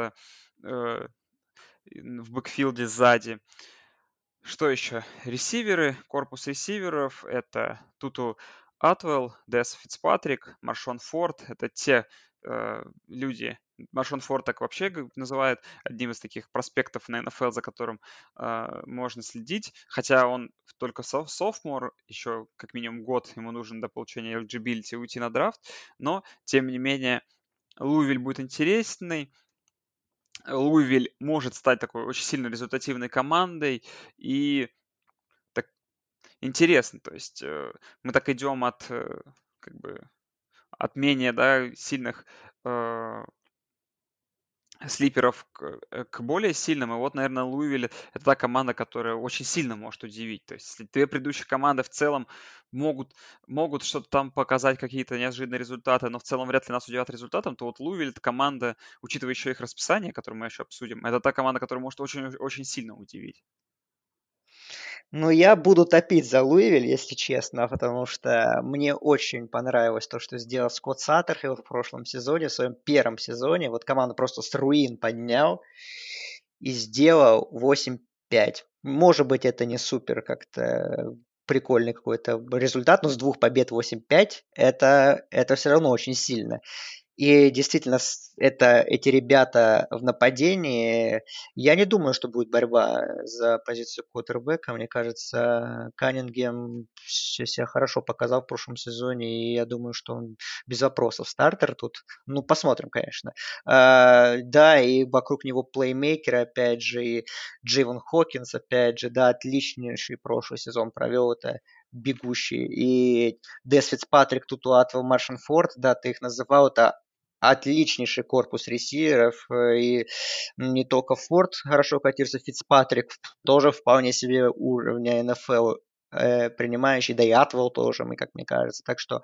в бэкфилде сзади. Что еще? Ресиверы, корпус ресиверов — это Туту Атвелл, Дес Фицпатрик, Маршон Форд. Это те люди. Маршон Форд так вообще называют одним из таких проспектов на НФЛ, за которым можно следить. Хотя он только софтмор, еще как минимум год ему нужен до получения eligibility уйти на драфт. Но, тем не менее, Луивиль будет интересный. Луивиль может стать такой очень сильно результативной командой. И так интересно, то есть мы так идем от как бы от менее, да, сильных слиперов к более сильным. И вот, наверное, Луивиль — это та команда, которая очень сильно может удивить. То есть, если две предыдущие команды в целом могут что-то там показать, какие-то неожиданные результаты, но в целом вряд ли нас удивят результатом, то вот Луивиль — это команда, учитывая еще их расписание, которое мы еще обсудим, это та команда, которая может очень сильно удивить. Ну, я буду топить за Луивиль, если честно, потому что мне очень понравилось то, что сделал Скотт Саттерфилд в прошлом сезоне, в своем первом сезоне. Вот команду просто с руин поднял и сделал 8-5. Может быть, это не супер как-то прикольный какой-то результат, но с 2 побед 8-5 это все равно очень сильно. И действительно, эти ребята в нападении, я не думаю, что будет борьба за позицию квотербека. Мне кажется, Каннингем себя хорошо показал в прошлом сезоне, и я думаю, что он без вопросов стартер тут. Ну, посмотрим, конечно. Да, и вокруг него плеймейкеры, опять же, и Джейвон Хокинс, опять же, да, отличнейший прошлый сезон провел, это бегущий. И Дэс Фицпатрик, Тутуатва, Маршан Форд, да, ты их называл, это отличнейший корпус ресиверов. И не только Форд хорошо котируется, Фицпатрик тоже вполне себе уровня НФЛ принимающий, да и Атвелл тоже, как мне кажется. Так что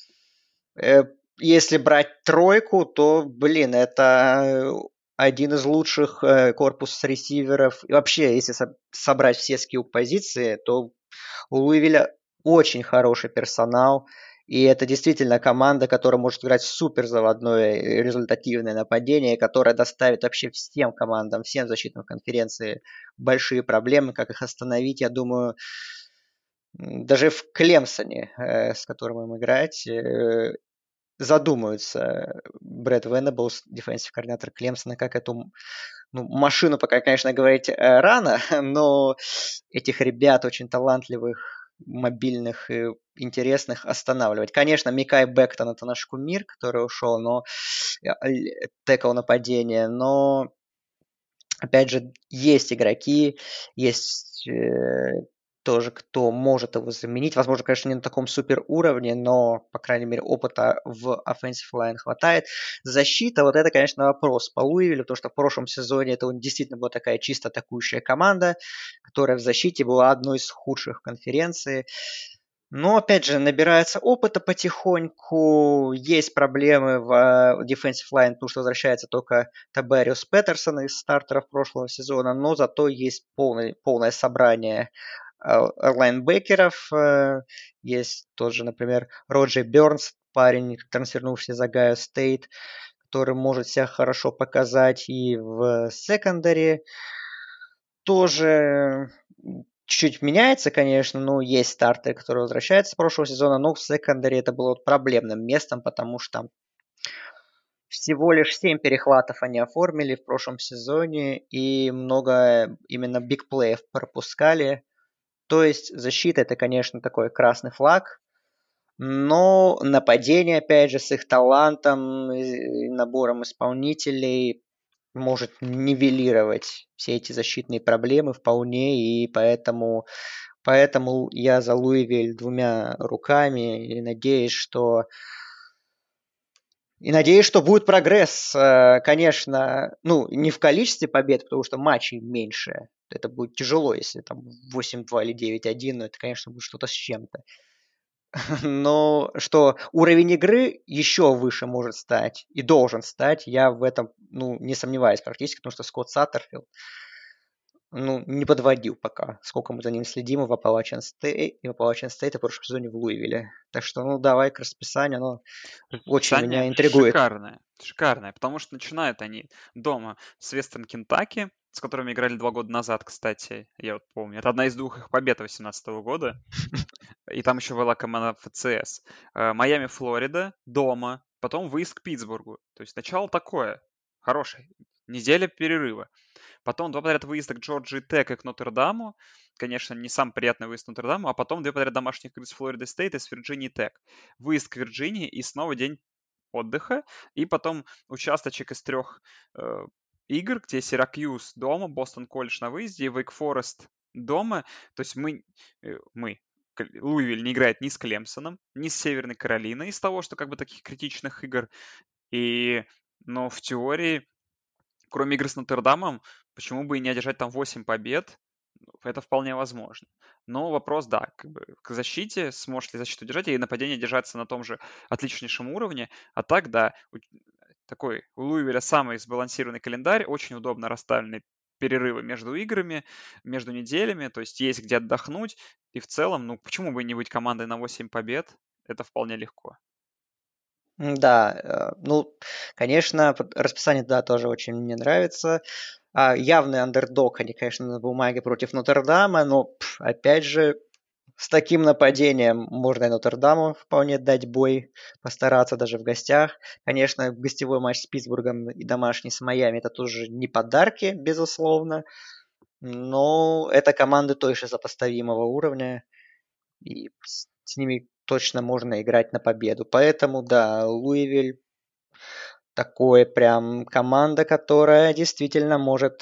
если брать тройку, то, блин, это один из лучших корпус ресиверов. И вообще, если собрать все скилл-позиции, то у Луивиля очень хороший персонал. И это действительно команда, которая может играть супер заводное результативное нападение, которое доставит вообще всем командам, всем защитным конференции большие проблемы. Как их остановить, я думаю, даже в Клемсоне, с которым им играть, задумаются Брэд Венеблс, дефенсив координатор Клемсона, как эту машину, пока, конечно, говорить рано, но этих ребят очень талантливых, мобильных и интересных останавливать. Конечно, Микай Бэктон это наш кумир, который ушел, но текл нападения, но опять же, есть игроки, есть тоже, кто может его заменить. Возможно, конечно, не на таком супер уровне, но, по крайней мере, опыта в offensive line хватает. Защита, вот это, конечно, вопрос по Луивилю, потому что в прошлом сезоне это действительно была такая чисто атакующая команда, которая в защите была одной из худших конференций. Но, опять же, набирается опыта потихоньку, есть проблемы в defensive line, потому что возвращается только Табариус Петерсон из стартеров прошлого сезона, но зато есть полное собрание лайнбекеров. Есть тот же, например, Роджер Бернс, парень, трансфернувшийся за Гайо Стейт, который может себя хорошо показать и в секондаре. Тоже чуть-чуть меняется, конечно, но есть стартеры, которые возвращаются с прошлого сезона, но в секондаре это было проблемным местом, потому что всего лишь 7 перехватов они оформили в прошлом сезоне и много именно бигплеев пропускали. То есть защита это, конечно, такой красный флаг, но нападение, опять же, с их талантом и набором исполнителей может нивелировать все эти защитные проблемы вполне, и поэтому я за Луивиль двумя руками и надеюсь, что будет прогресс. Конечно, не в количестве побед, потому что матчей меньше. Это будет тяжело, если там 8-2 или 9-1, но это, конечно, будет что-то с чем-то. Но что уровень игры еще выше может стать и должен стать, я в этом не сомневаюсь практически, потому что Скотт Саттерфилд не подводил пока. Сколько мы за ним следим и в Appalachian State, и в прошлом сезоне в Луивилле. Так что, давай к расписанию, оно очень Расписание меня интригует. шикарное, шикарное, потому что начинают они дома с Вестern Кентаки, с которыми играли 2 года назад, кстати, я вот помню. Это одна из 2 их побед 2018 года. И там еще была команда ФЦС. Майами, Флорида, дома, потом выезд к Питтсбургу. То есть начало такое, хорошее. Неделя перерыва. Потом 2 подряд выезда к Джорджии Тек и к Нотр-Даму. Конечно, не самый приятный выезд к Нотр-Даму, а потом 2 подряд домашних игры с Флорида Стейт и с Вирджинии Тек. Выезд к Вирджинии и снова день отдыха. И потом участочек из 3 игр, где Сиракьюз дома, Бостон Колледж на выезде и Вейк Форест дома. То есть Луивиль не играет ни с Клемсоном, ни с Северной Каролиной из того, что как бы таких критичных игр. Но в теории, кроме игры с Нотр-Дамом, почему бы и не одержать там 8 побед? Это вполне возможно. Но вопрос, да, как бы к защите, сможет ли защиту держать, и нападение держаться на том же отличнейшем уровне. А так, да, такой у Луивиля самый сбалансированный календарь, очень удобно расставлены перерывы между играми, между неделями, то есть есть где отдохнуть. И в целом, почему бы не быть командой на 8 побед? Это вполне легко. Да, конечно, расписание, да, тоже очень мне нравится. Явный андердог, они, конечно, на бумаге против Нотр-Дама, но, опять же, с таким нападением можно и Нотр-Даму вполне дать бой, постараться даже в гостях. Конечно, гостевой матч с Питтсбургом и домашний с Майами – это тоже не подарки, безусловно, но это команды тоже сопоставимого уровня, и с ними точно можно играть на победу. Поэтому, да, Луивиль такой прям команда, которая действительно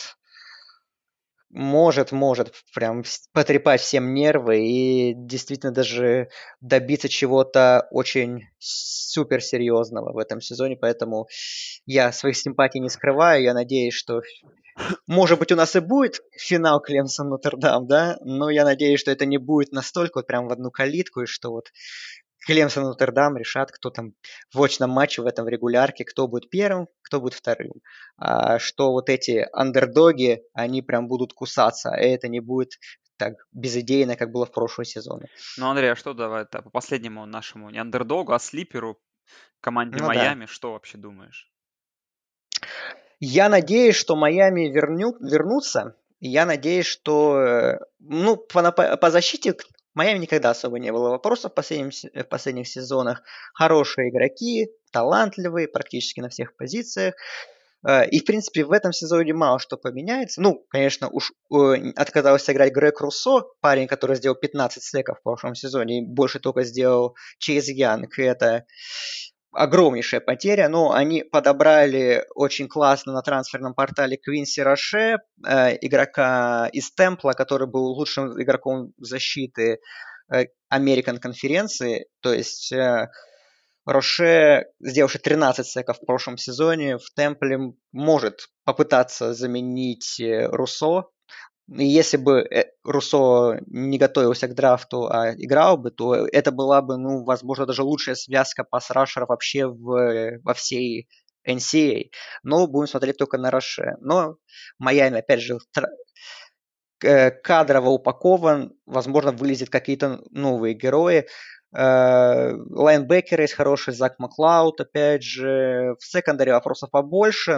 может прям потрепать всем нервы и действительно даже добиться чего-то очень суперсерьезного в этом сезоне, поэтому я своих симпатий не скрываю, я надеюсь, что может быть у нас и будет финал Клемсон-Нотр-Дам, да, но я надеюсь, что это не будет настолько вот прям в одну калитку, и что вот Клемсон и Нотр-Дам решат, кто там в очном матче в этом в регулярке, кто будет первым, кто будет вторым. А что вот эти андердоги, они прям будут кусаться, а это не будет так безыдейно, как было в прошлом сезоне. Ну, Андрей, а что давай по последнему нашему не андердогу, а слиперу команде Ну да. Майами, что вообще думаешь? Я надеюсь, что Майами вернутся. Я надеюсь, что ну, по защите Майами никогда особо не было вопросов в последних сезонах. Хорошие игроки, талантливые практически на всех позициях. И, в принципе, в этом сезоне мало что поменяется. Ну, конечно, уж отказался играть Грег Руссо, парень, который сделал 15 стеков в прошлом сезоне, и больше только сделал Чейз Янг. И это огромнейшая потеря. Но они подобрали очень классно на трансферном портале Квинси Роше, игрока из Темпла, который был лучшим игроком защиты Американ конференции. То есть Роше, сделавший 13 секов в прошлом сезоне, в Темпле может попытаться заменить Руссо. И если бы Руссо не готовился к драфту, а играл бы, то это была бы, ну, возможно, даже лучшая связка пас-рашеров вообще во всей NCAA. Но будем смотреть только на Роше. Но Майами, опять же, кадрово упакован, возможно, вылезет какие-то новые герои. Лайнбекеры есть хороший, Зак Маклауд, опять же. В секондаре вопросов побольше,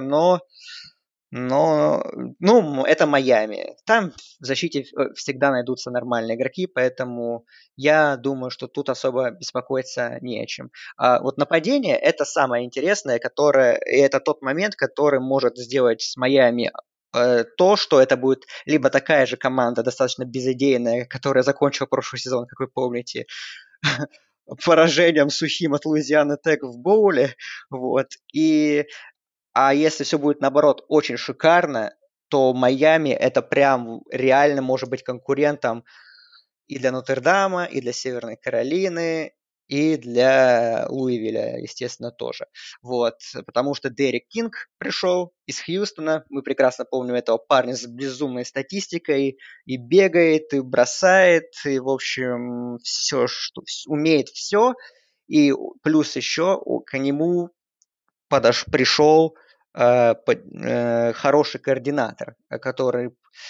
но ну, это Майами. Там в защите всегда найдутся нормальные игроки, поэтому я думаю, что тут особо беспокоиться не о чем. А вот нападение – это самое интересное, и это тот момент, который может сделать с Майами то, что это будет либо такая же команда, достаточно безыдейная, которая закончила прошлый сезон, как вы помните, поражением сухим от Луизианы Тек в боуле, вот, а если все будет, наоборот, очень шикарно, то Майами это прям реально может быть конкурентом и для Нотр-Дама, и для Северной Каролины, и для Луивиля, естественно, тоже. Вот, потому что Дерек Кинг пришел из Хьюстона, мы прекрасно помним этого парня с безумной статистикой, и бегает, и бросает, и, в общем, все, что умеет все, и плюс еще к нему пришел хороший координатор, который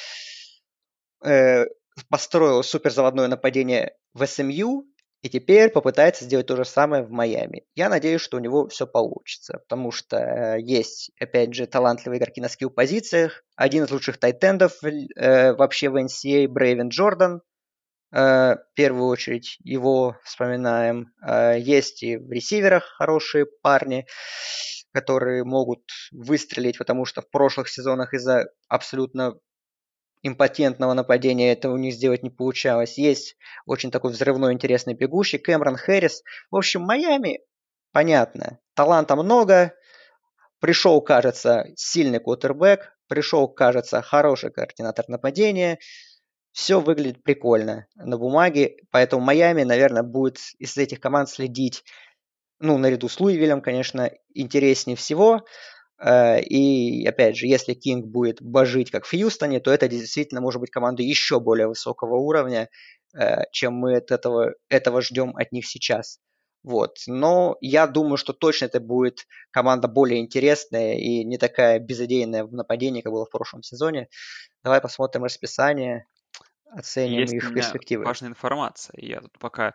э, построил суперзаводное нападение в СМЮ и теперь попытается сделать то же самое в Майами. Я надеюсь, что у него все получится, потому что есть, опять же, талантливые игроки на скилл-позициях. Один из лучших тайтендов вообще в NCAA Брейвен Джордан. В первую очередь его вспоминаем. Есть и в ресиверах хорошие парни, которые могут выстрелить, потому что в прошлых сезонах из-за абсолютно импотентного нападения это у них сделать не получалось. Есть очень такой взрывной, интересный бегущий Кэмерон Хэррис. В общем, Майами, понятно, таланта много. Пришел, кажется, сильный квотербек, пришел, кажется, хороший координатор нападения. Все выглядит прикольно на бумаге, поэтому Майами, наверное, будет из этих команд следить, ну, наряду с Луивилем, конечно, интереснее всего. И, опять же, если Кинг будет божить, как в Хьюстоне, то это действительно может быть команда еще более высокого уровня, чем мы этого ждем от них сейчас. Вот. Но я думаю, что точно это будет команда более интересная и не такая безыдейная в нападении, как было в прошлом сезоне. Давай посмотрим расписание, оценим Есть у их меня перспективы. важная информация. Я тут пока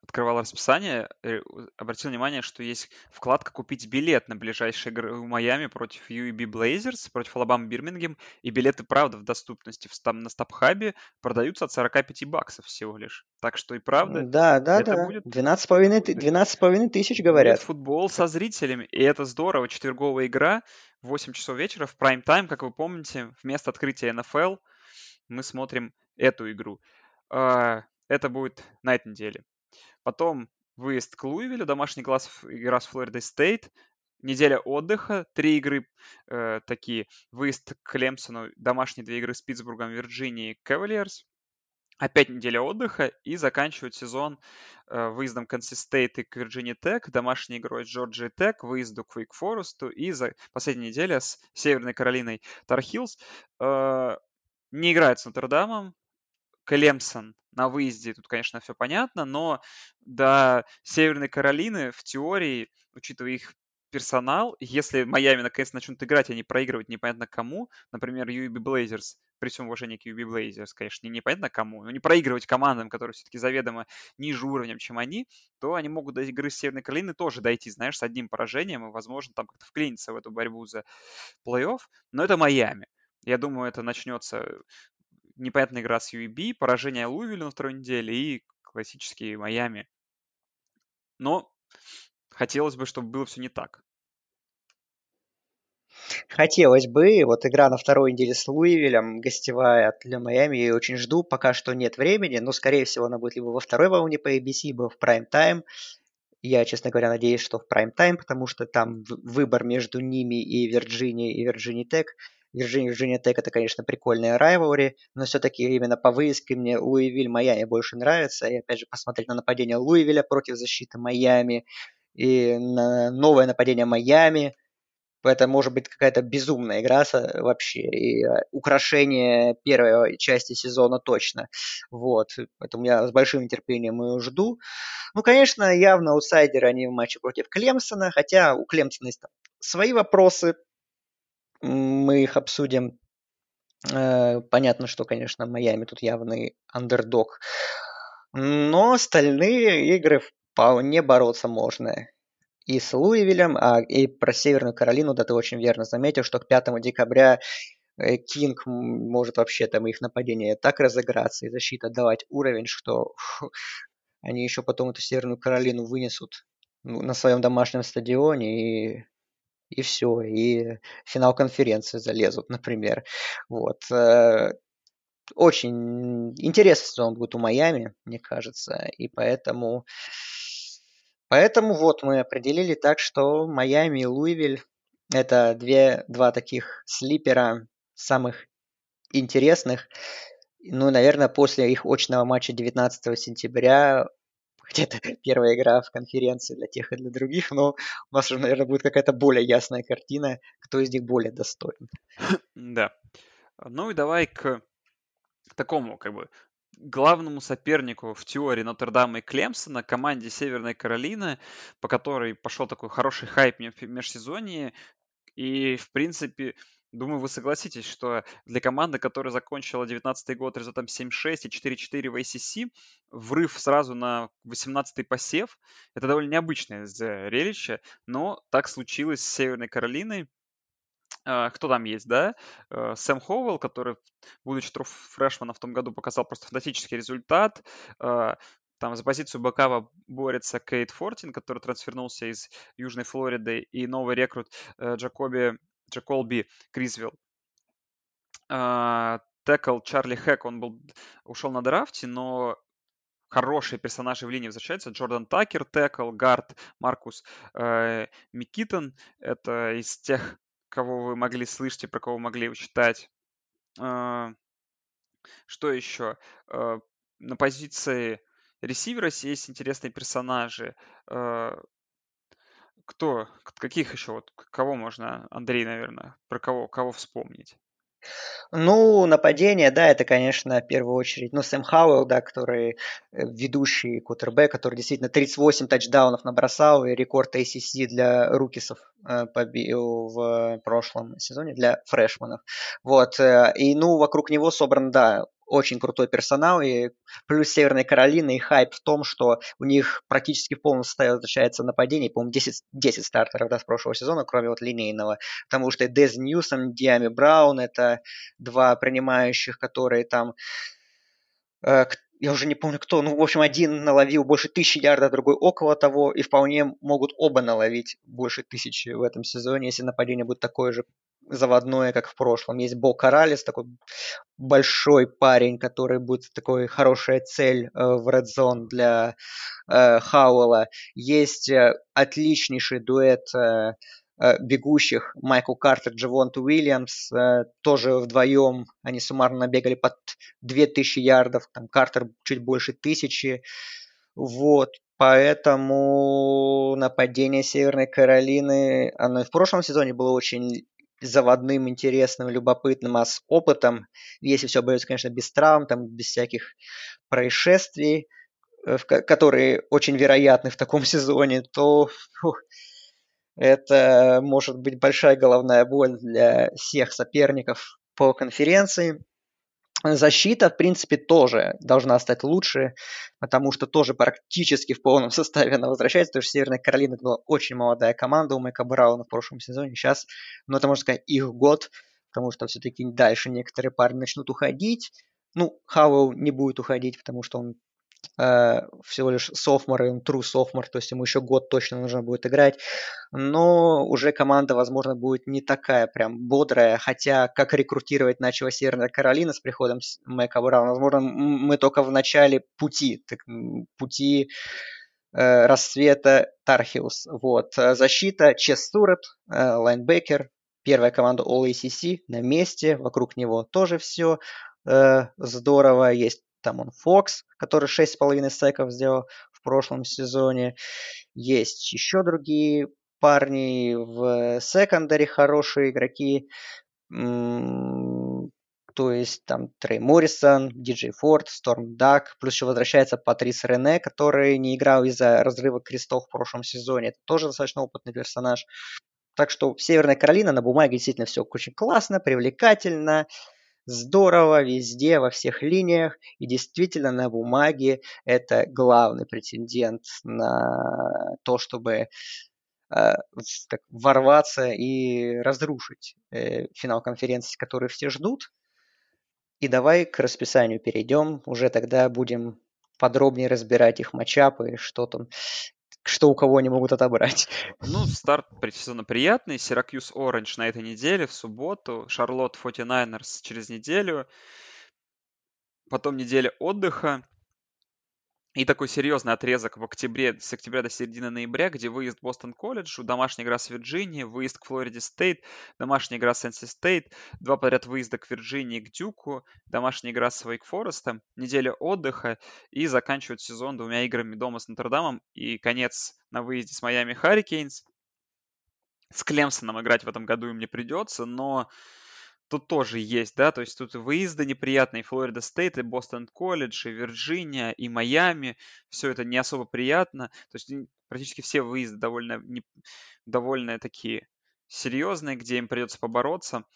открывал расписание, обратил внимание, что есть вкладка «Купить билет» на ближайшие игры в Майами против UAB Blazers, против Алабама Бирмингем, и билеты, правда, в доступности там на Стабхабе продаются от $45 всего лишь. Так что и правда, Да, да, это да. будет 12,5 тысяч, будет говорят. футбол со зрителями, и это здорово. Четверговая игра в 8 часов вечера в прайм-тайм, как вы помните, вместо открытия НФЛ мы смотрим эту игру. Это будет на этой неделе. Потом выезд к Луивилю, домашний игра с Флоридой Стейт. Неделя отдыха, 3 игры такие. Выезд к Клемсону, домашние 2 игры с Питтсбургом, Вирджинией, Кавальерс. Опять неделя отдыха и заканчивают сезон выездом к Канси Стейт и к Вирджиния Тек, домашней игрой с Джорджией Тек, выезду к Вейк Форесту и последняя неделя с Северной Каролиной Тархилс. Не играют с Нотр-Дамом, Клемсон на выезде, тут, конечно, все понятно, но до Северной Каролины в теории, учитывая их персонал, если Майами наконец начнут играть, а не проигрывать непонятно кому, например, UAB Blazers, при всем уважении к UAB Blazers, конечно, непонятно кому, но не проигрывать командам, которые все-таки заведомо ниже уровнем, чем они, то они могут до игры с Северной Каролины тоже дойти, знаешь, с одним поражением и, возможно, там как-то вклиниться в эту борьбу за плей-офф, но это Майами. Я думаю, это начнется непонятная игра с UAB, поражение Луивилля на второй неделе и классические Майами. Но хотелось бы, чтобы было все не так. Хотелось бы. Вот игра на второй неделе с Луивиллем, гостевая для Майами, я ее очень жду. Пока что нет времени, но, скорее всего, она будет либо во второй волне по ABC, либо в прайм-тайм. Я, честно говоря, надеюсь, что в прайм-тайм, потому что там выбор между ними и Вирджинией, и Вирджиния Тек. Вирджиния Тек это, конечно, прикольная райвелри, но все-таки именно по выездке мне Луивиль Майами больше нравится. И опять же посмотреть на нападение Луивиля против защиты Майами и на новое нападение Майами. Это может быть какая-то безумная игра вообще. И украшение первой части сезона точно. Вот. Поэтому я с большим нетерпением ее жду. Ну, конечно, явно аутсайдеры они в матче против Клемсона, хотя у Клемсона есть там свои вопросы, мы их обсудим. Понятно, что, конечно, Майами тут явный андердог. Но остальные игры вполне бороться можно. И с Луивилем, и про Северную Каролину, да, ты очень верно заметил, что к 5 декабря Кинг может вообще там их нападение так разыграться и защита давать уровень, что они еще потом эту Северную Каролину вынесут на своем домашнем стадионе и все, и в финал конференции залезут, например. Вот. Очень интересный сезон будет у Майами, мне кажется, и поэтому вот мы определили так, что Майами и Луивиль это два таких слипера самых интересных. Ну, наверное, после их очного матча 19 сентября где-то первая игра в конференции для тех и для других, но у нас уже, наверное, будет какая-то более ясная картина, кто из них более достоин. Да. Ну и давай к такому, как бы, главному сопернику в теории Нотр-Дама и Клемсона, команде Северной Каролины, по которой пошел такой хороший хайп в межсезонье. И, в принципе, думаю, вы согласитесь, что для команды, которая закончила 19 год результатом 7-6 и 4-4 в ACC, врыв сразу на 18-й посев, это довольно необычное зрелище, но так случилось с Северной Каролиной. Кто там есть, да? Сэм Хоуэлл, который, будучи фрешманом в том году, показал просто фантастический результат. А, Там за позицию бэкапа борется Кейт Фортин, который трансфернулся из Южной Флориды, и новый рекрут Джаколби Крисвелл. Текл Чарли Хэк, ушел на драфте, но хорошие персонажи в линии возвращаются. Джордан Такер, Текл, Гард, Маркус Микитон. Это из тех, кого вы могли слышать и про кого могли читать. А, Что еще? На позиции ресивера есть интересные персонажи. Каких еще? Вот кого можно, Андрей, наверное, про кого вспомнить? Ну, нападение, да, это, конечно, в первую очередь, ну, Сэм Хауэлл, да, который ведущий квотербек, который действительно 38 тачдаунов набросал, и рекорд ACC для рукисов побил в прошлом сезоне, для фрешманов. Вот, и, ну, вокруг него собран, да, очень крутой персонал, и плюс Северной Каролины и хайп в том, что у них практически в полном составе возвращается нападение, по-моему, 10 стартеров, да, с прошлого сезона, кроме вот линейного, потому что Дез Ньюсом, Диами Браун, это два принимающих, которые там я уже не помню кто, ну, в общем, один наловил больше 1000 ярдов, другой около того, и вполне могут оба наловить больше 1000 в этом сезоне, если нападение будет такое же заводное, как в прошлом. Есть Бо Каралис, такой большой парень, который будет такой хорошая цель в Red Zone для Хауэлла. Есть отличнейший дуэт бегущих Майкл Картер, Джавонт Уильямс, тоже вдвоем они суммарно набегали под 2000 ярдов, там Картер чуть больше 1000, вот, поэтому нападение Северной Каролины, оно и в прошлом сезоне было очень заводным, интересным, любопытным, а с опытом, если все обойдется, конечно, без травм, там, без всяких происшествий, которые очень вероятны в таком сезоне, то это может быть большая головная боль для всех соперников по конференции. Защита, в принципе, тоже должна стать лучше, потому что тоже практически в полном составе она возвращается, потому что Северная Каролина была очень молодая команда у Майка Брауна в прошлом сезоне. Сейчас, ну, это, можно сказать, их год, потому что все-таки дальше некоторые парни начнут уходить. Ну, Хауэлл не будет уходить, потому что он всего лишь софмор, и он true софмор, то есть ему еще год точно нужно будет играть, но уже команда, возможно, будет не такая прям бодрая, хотя как рекрутировать начала Северная Каролина с приходом Мэка Брауна, возможно, мы только в начале пути рассвета Тархиус. Вот. Защита Чес Стюарт, лайнбекер, первая команда All ACC на месте, вокруг него тоже все здорово, есть там он Фокс, который 6,5 секов сделал в прошлом сезоне. Есть еще другие парни в секондаре, хорошие игроки. То есть там Трей Моррисон, Диджей Форд, Сторм Дак. Плюс еще возвращается Патрис Рене, который не играл из-за разрыва крестов в прошлом сезоне. Это тоже достаточно опытный персонаж. Так что Северная Каролина на бумаге действительно все очень классно, привлекательно, здорово везде, во всех линиях. И действительно на бумаге это главный претендент на то, чтобы ворваться и разрушить финал конференции, который все ждут. И давай к расписанию перейдем. Уже тогда будем подробнее разбирать их матчапы, что там, что у кого они могут отобрать. Ну, старт предсезона приятный. Сиракьюз Оранж на этой неделе, в субботу. Шарлотт 49ers через неделю. Потом неделя отдыха. И такой серьезный отрезок в октябре, с октября до середины ноября, где выезд Бостон Колледжу, домашняя игра с Вирджинией, выезд к Флориде Стейт, домашняя игра с NC Стейт, два подряд выезда к Вирджинии и к Дюку, домашняя игра с Вейк Форестом, неделя отдыха и заканчивают сезон двумя играми дома с Нотр-Дамом и конец на выезде с Майами Харрикейнс. С Клемсоном играть в этом году им не придется, но тут тоже есть, да, то есть тут и выезды неприятные, и Флорида Стейт, и Бостон Колледж, и Вирджиния, и Майами, все это не особо приятно, то есть практически все выезды довольно такие серьезные, где им придется побороться.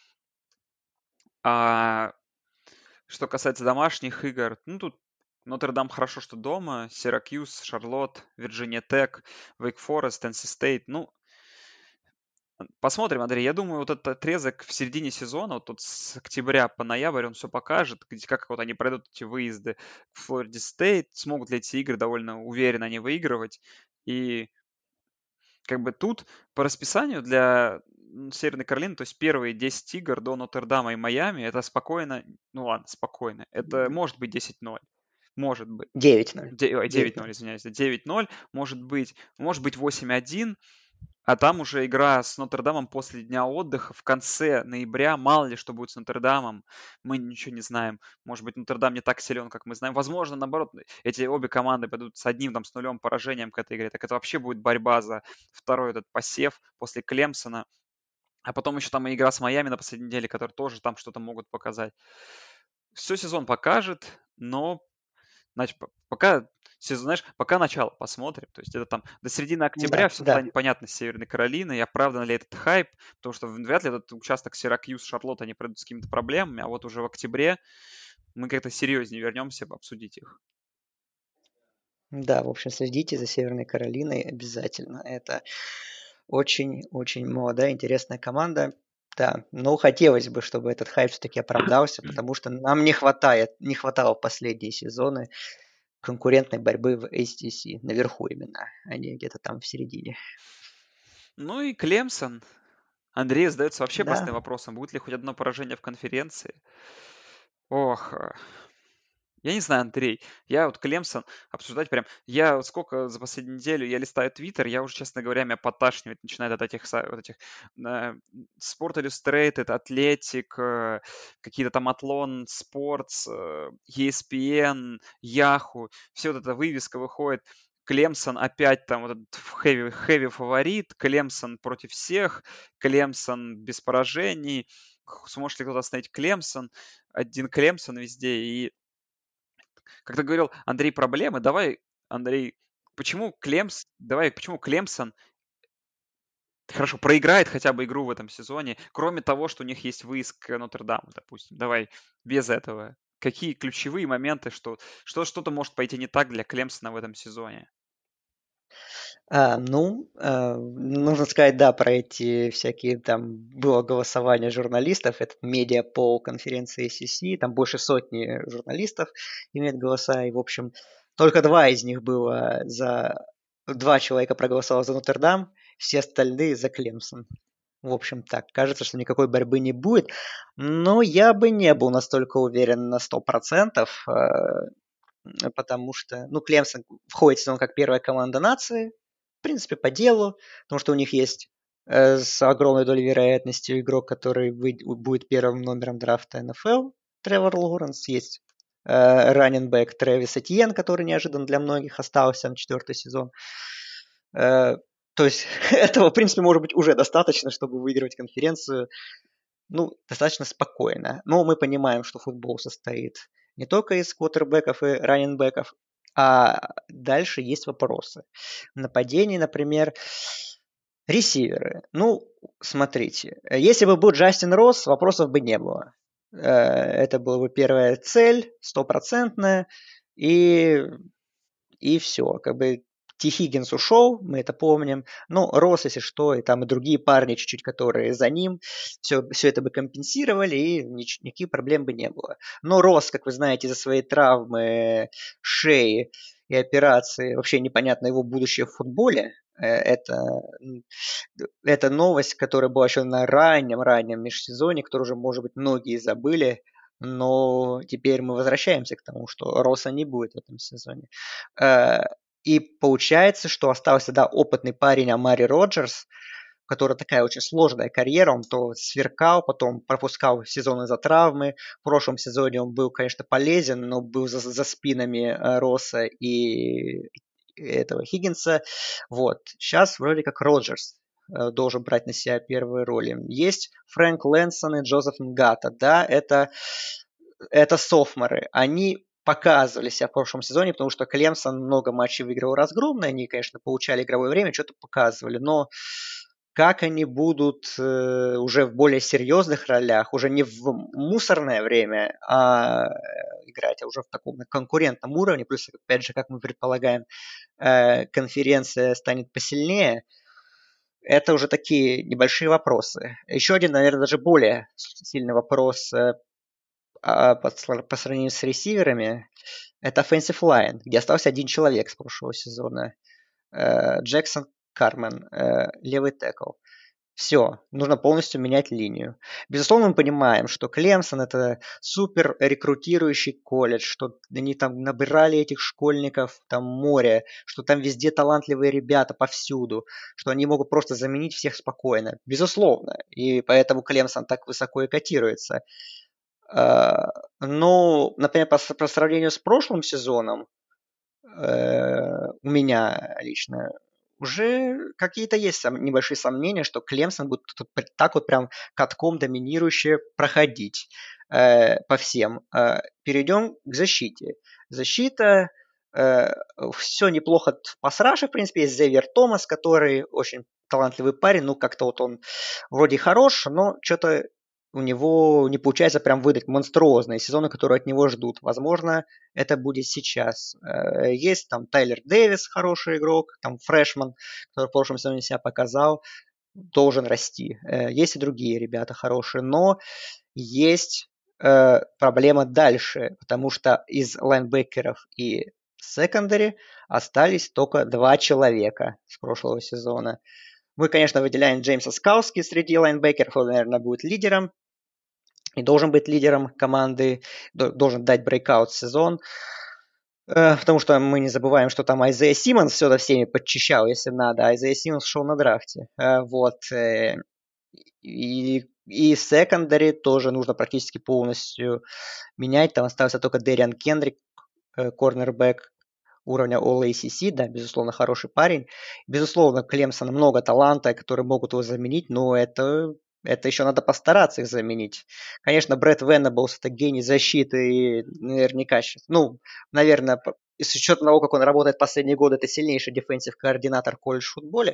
А что касается домашних игр, ну тут Нотр-Дам хорошо, что дома, Сиракьюз, Шарлотт, Вирджиния Тек, Вейк Форест, NC Стейт, ну, посмотрим, Андрей. Я думаю, вот этот отрезок в середине сезона, вот тут с октября по ноябрь, он все покажет, как вот они пройдут эти выезды в Флориде Стейт, смогут ли эти игры довольно уверенно они выигрывать. И как бы тут по расписанию для Северной Каролины, то есть первые 10 игр до Нотр-Дама и Майами, это спокойно, ну ладно, спокойно, это может быть 10-0. Может быть. 9-0. 9-0, извиняюсь, 9-0, может быть 8-1, а там уже игра с Нотр-Дамом после дня отдыха в конце ноября. Мало ли что будет с Нотр-Дамом. Мы ничего не знаем. Может быть, Нотр-Дам не так силен, как мы знаем. Возможно, наоборот, эти обе команды пойдут с одним там с нулем поражением к этой игре. Так это вообще будет борьба за второй этот посев после Клемсона. А потом еще там и игра с Майами на последней неделе, которые тоже там что-то могут показать. Все сезон покажет, но значит, пока сезон, знаешь, пока начало посмотрим. То есть это там до середины октября Да, все да. станет понятно с Северной Каролины. И оправдан ли этот хайп, потому что вряд ли этот участок Сиракьюз, Шарлотт, они пройдут с какими-то проблемами. А вот уже в октябре мы как-то серьезнее вернемся обсудить их. Да, в общем, следите за Северной Каролиной обязательно. Это очень-очень молодая, интересная команда. Да, но хотелось бы, чтобы этот хайп все-таки оправдался, потому что нам не хватало в последние сезоны конкурентной борьбы в ACC, наверху именно, а не где-то там в середине. Ну и Клемсон. Андрей задается вообще Да, простым вопросом, будет ли хоть одно поражение в конференции? Ох, я не знаю, Андрей. Я вот Клемсон обсуждать прям... Я вот сколько за последнюю неделю я листаю Твиттер, я уже, честно говоря, меня подташнивает, начинает от этих, вот этих Sport Illustrated, Athletic, какие-то там Athlon Sports, ESPN, Yahoo. Все вот эта вывеска выходит. Клемсон опять там вот этот heavy фаворит, Клемсон против всех, Клемсон без поражений. Сможет ли кто-то остановить Клемсон? Один Клемсон везде. И как ты говорил, Андрей, проблемы. Давай, Андрей, почему Клемсон хорошо проиграет хотя бы игру в этом сезоне, кроме того, что у них есть выезд к Нотр-Даму, допустим. Давай без этого. Какие ключевые моменты, что-то может пойти не так для Клемсона в этом сезоне? нужно сказать, да, про эти всякие, там было голосование журналистов, этот медиапол конференции ACC, там больше сотни журналистов имеют голоса, и, в общем, только два человека проголосовало за Нотр-Дам, все остальные за Клемсон. В общем, так, кажется, что никакой борьбы не будет, но я бы не был настолько уверен на 100%, потому что, ну, Клемсон входит в сезон как первая команда нации, в принципе, по делу, потому что у них есть с огромной долей вероятности игрок, который будет первым номером драфта НФЛ, Тревор Лоуренс, есть раннинбэк Трэвис Этьен, который неожиданно для многих остался на 4-й сезон. Э, То есть этого, в принципе, может быть уже достаточно, чтобы выигрывать конференцию, ну, достаточно спокойно. Но мы понимаем, что футбол состоит не только из квотербеков и раннинбеков, а дальше есть вопросы. В нападении, например, ресиверы. Ну, смотрите, если бы был Джастин Росс, вопросов бы не было. Это была бы первая цель, стопроцентная, и и все. Как бы Ти Хиггинс ушел, мы это помним. Ну, Росс, если что, и там и другие парни чуть-чуть, которые за ним, все это бы компенсировали, и никаких проблем бы не было. Но Росс, как вы знаете, из-за своей травмы шеи и операции, вообще непонятно его будущее в футболе. Это новость, которая была еще на раннем межсезоне, которую уже, может быть, многие забыли, но теперь мы возвращаемся к тому, что Росса не будет в этом сезоне. Э, И получается, что остался, да, опытный парень Амари Роджерс, у которого такая очень сложная карьера, он то сверкал, потом пропускал сезон из-за травмы. В прошлом сезоне он был, конечно, полезен, но был за спинами Росса и этого Хиггинса. Вот. Сейчас вроде как Роджерс должен брать на себя первые роли. Есть Фрэнк Лэнсон и Джозеф Нгата. Да, это софморы. Они показывали себя в прошлом сезоне, потому что Клемсон много матчей выиграл разгромно, они, конечно, получали игровое время, что-то показывали, но как они будут уже в более серьезных ролях, уже не в мусорное время, играть, а уже в таком конкурентном уровне, плюс, опять же, как мы предполагаем, конференция станет посильнее, это уже такие небольшие вопросы. Еще один, наверное, даже более сильный вопрос по сравнению с ресиверами, это offensive line, где остался один человек с прошлого сезона. Джексон Кармен, левый текл. Все, нужно полностью менять линию. Безусловно, мы понимаем, что Клемсон это супер рекрутирующий колледж, что они там набирали этих школьников, там море, что там везде талантливые ребята повсюду, что они могут просто заменить всех спокойно. Безусловно. И поэтому Клемсон так высоко и котируется. Ну, например, по сравнению с прошлым сезоном, у меня лично уже какие-то есть небольшие сомнения, что Клемсон будет тут так вот прям катком доминирующе проходить по всем. Перейдем к защите. Защита, все неплохо в пасраже, в принципе, есть Зевер Томас, который очень талантливый парень, ну как-то вот он вроде хорош, но что-то у него не получается прям выдать монструозные сезоны, которые от него ждут. Возможно, это будет сейчас. Есть там Тайлер Дэвис, хороший игрок, там фрешман, который в прошлом сезоне себя показал, должен расти. Есть и другие ребята хорошие, но есть проблема дальше, потому что из лайнбекеров и секондари остались только 2 человека с прошлого сезона. Мы, конечно, выделяем Джеймса Скауски среди лайнбекеров, он, наверное, будет лидером и должен быть лидером команды, должен дать брейкаут сезон, потому что мы не забываем, что там Айзея Симмонс все всеми подчищал, если надо, а Айзея Симмонс шел на драфте. И секондари тоже нужно практически полностью менять. Там остался только Дэриан Кендрик, корнербэк уровня All-ACC, да, безусловно, хороший парень. Безусловно, Клемсона много таланта, которые могут его заменить, но это еще надо постараться их заменить. Конечно, Брэд Венеблс – это гений защиты и наверняка сейчас, наверное, с учетом того, как он работает последние годы, это сильнейший дефенсив координатор в колледж-футболе.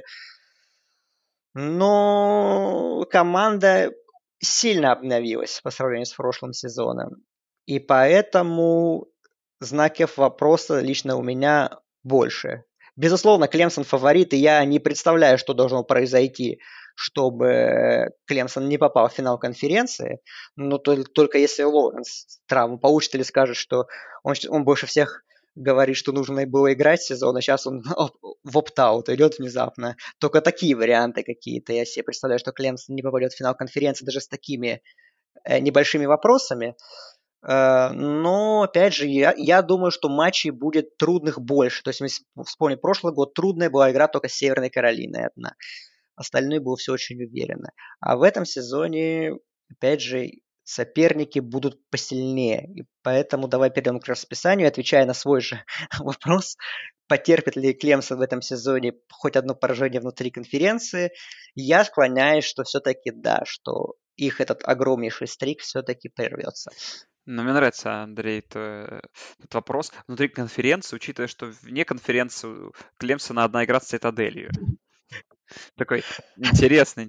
Но команда сильно обновилась по сравнению с прошлым сезоном. И поэтому знаков вопроса лично у меня больше. Безусловно, Клемсон фаворит, и я не представляю, что должно произойти, чтобы Клемсон не попал в финал конференции. Но только если Лоуренс травму получит или скажет, что он больше всех говорит, что нужно было играть сезон, а сейчас он в опт-аут идет внезапно. Только такие варианты какие-то. Я себе представляю, что Клемсон не попадет в финал конференции даже с такими небольшими вопросами. Но, опять же, я думаю, что матчей будет трудных больше. То есть, если вспомнить прошлый год, трудная была игра только с Северной Каролиной одна. Остальные было все очень уверенно. А в этом сезоне, опять же, соперники будут посильнее. И поэтому давай перейдем к расписанию, отвечая на свой же вопрос. Потерпит ли Клемсон в этом сезоне хоть одно поражение внутри конференции? Я склоняюсь, что все-таки да, что их этот огромнейший стрик все-таки прервется. Но мне нравится, Андрей, этот вопрос. Внутри конференции, учитывая, что вне конференции у Клемсона одна игра с Цитаделью. Такой интересный,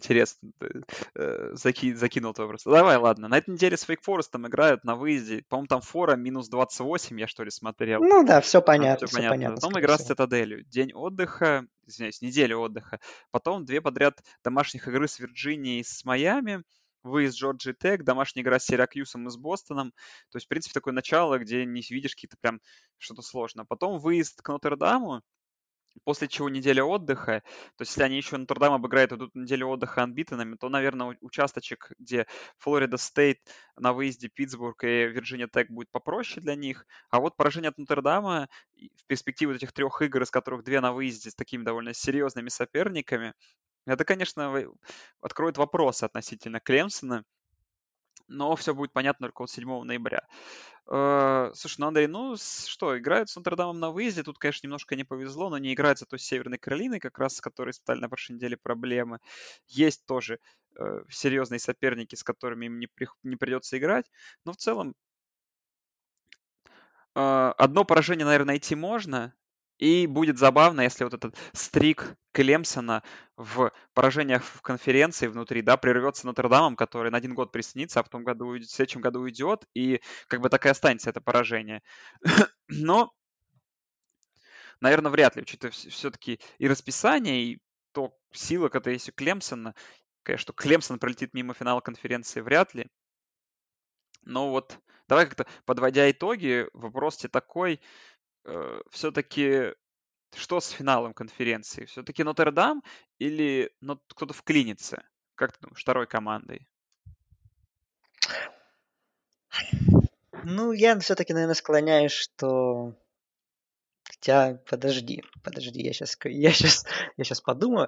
закинул твой вопрос. Давай, ладно. На этой неделе с Wake Forest играют на выезде. По-моему, там фора минус 28, я что ли смотрел. Ну да, все Все понятно, все понятно. понятно, Потом скорее игра с всего. Цитаделью. День отдыха, извиняюсь, неделя отдыха. Потом 2 подряд домашних игры с Вирджинией и с Майами. Выезд Джорджии Тек, домашняя игра с Сиракьюсом и с Бостоном. То есть, в принципе, такое начало, где не видишь какие-то прям что-то сложное. Потом выезд к Нотр-Даму, после чего неделя отдыха. То есть, если они еще Нотр-Дам обыграют эту неделю отдыха анбитенами, то, наверное, участочек, где Флорида Стейт на выезде Питтсбург и Вирджиния Тек будет попроще для них. А вот поражение от Нотр-Дама в перспективе вот этих 3 игр, из которых 2 на выезде с такими довольно серьезными соперниками, это, конечно, откроет вопросы относительно Клемсона, но все будет понятно только вот 7 ноября. Слушай, ну, Андрей, что, играют с Нотр-Дамом на выезде. Тут, конечно, немножко не повезло, но не играют зато с Северной Каролиной, как раз с которой испытали на прошлой неделе проблемы. Есть тоже серьезные соперники, с которыми им не придется играть. Но в целом одно поражение, наверное, найти можно. И будет забавно, если вот этот стрик Клемсона в поражениях в конференции внутри, да, прервется Нотр-Дамом, который на 1 год присоединится, а в в следующем году уйдет, и как бы так и останется это поражение. Но, наверное, вряд ли, учитывая все-таки и расписание, и то сила, которая есть у Клемсона. Конечно, что Клемсон пролетит мимо финала конференции, вряд ли. Но вот давай как-то, подводя итоги, вопрос тебе такой. Все-таки что с финалом конференции? Все-таки Нотр-Дам или кто-то вклинится? Как ты думаешь, второй командой? Ну, я все-таки, наверное, склоняюсь, что... Хотя, подожди, я сейчас подумаю.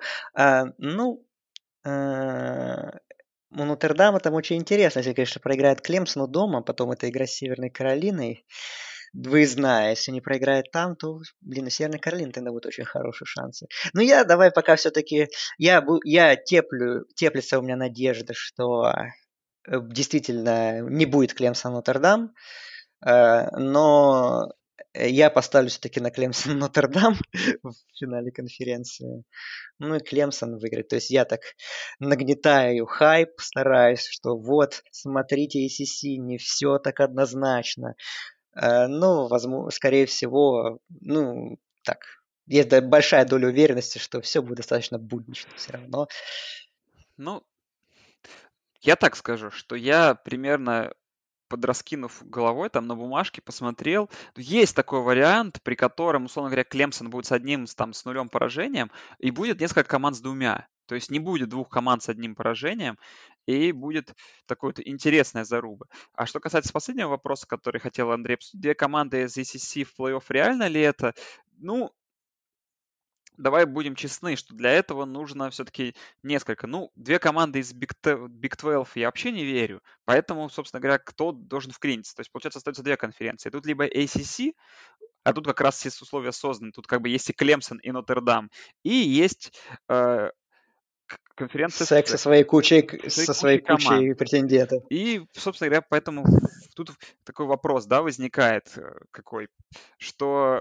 У Нотр-Дама там очень интересно, если, конечно, проиграет Клемсону дома, потом это игра с Северной Каролиной, выездная. Если не проиграет там, то, блин, у Северной Каролины тогда будут очень хорошие шансы. Но давай пока все-таки, теплится у меня надежда, что действительно не будет Клемсон Нотр-Дам, но Я поставлю все-таки на Клемсон Нотр-Дам в финале конференции. Ну и Клемсон выиграет. То есть я так нагнетаю хайп, стараюсь, что вот, смотрите, ACC, не все так однозначно. Ну, возможно, скорее всего, ну, так, есть большая доля уверенности, что все будет достаточно буднично все равно. Ну, я так скажу, что я примерно подраскинув головой там на бумажке, посмотрел. Есть такой вариант, при котором, условно говоря, Клемсон будет с одним, с нулем поражением, и будет несколько команд с двумя. То есть не будет двух команд с одним поражением, и будет такой вот интересная заруба. А что касается последнего вопроса, который хотел Андрей обсудить, две команды из ACC в плей-офф, реально ли это? Ну, давай будем честны, что для этого нужно все-таки несколько. Ну, две команды из Big 12 я вообще не верю. Поэтому, собственно говоря, кто должен вклиниться? То есть, получается, остается две конференции. Тут либо ACC, а тут как раз все условия созданы. Тут как бы есть и Клемсон, и Нотр-Дам. И есть э, конференция Секс со SEC своей кучей, со своей со своей кучей команд. кучей претендентов. И, собственно говоря, поэтому тут такой вопрос, да, возникает какой, что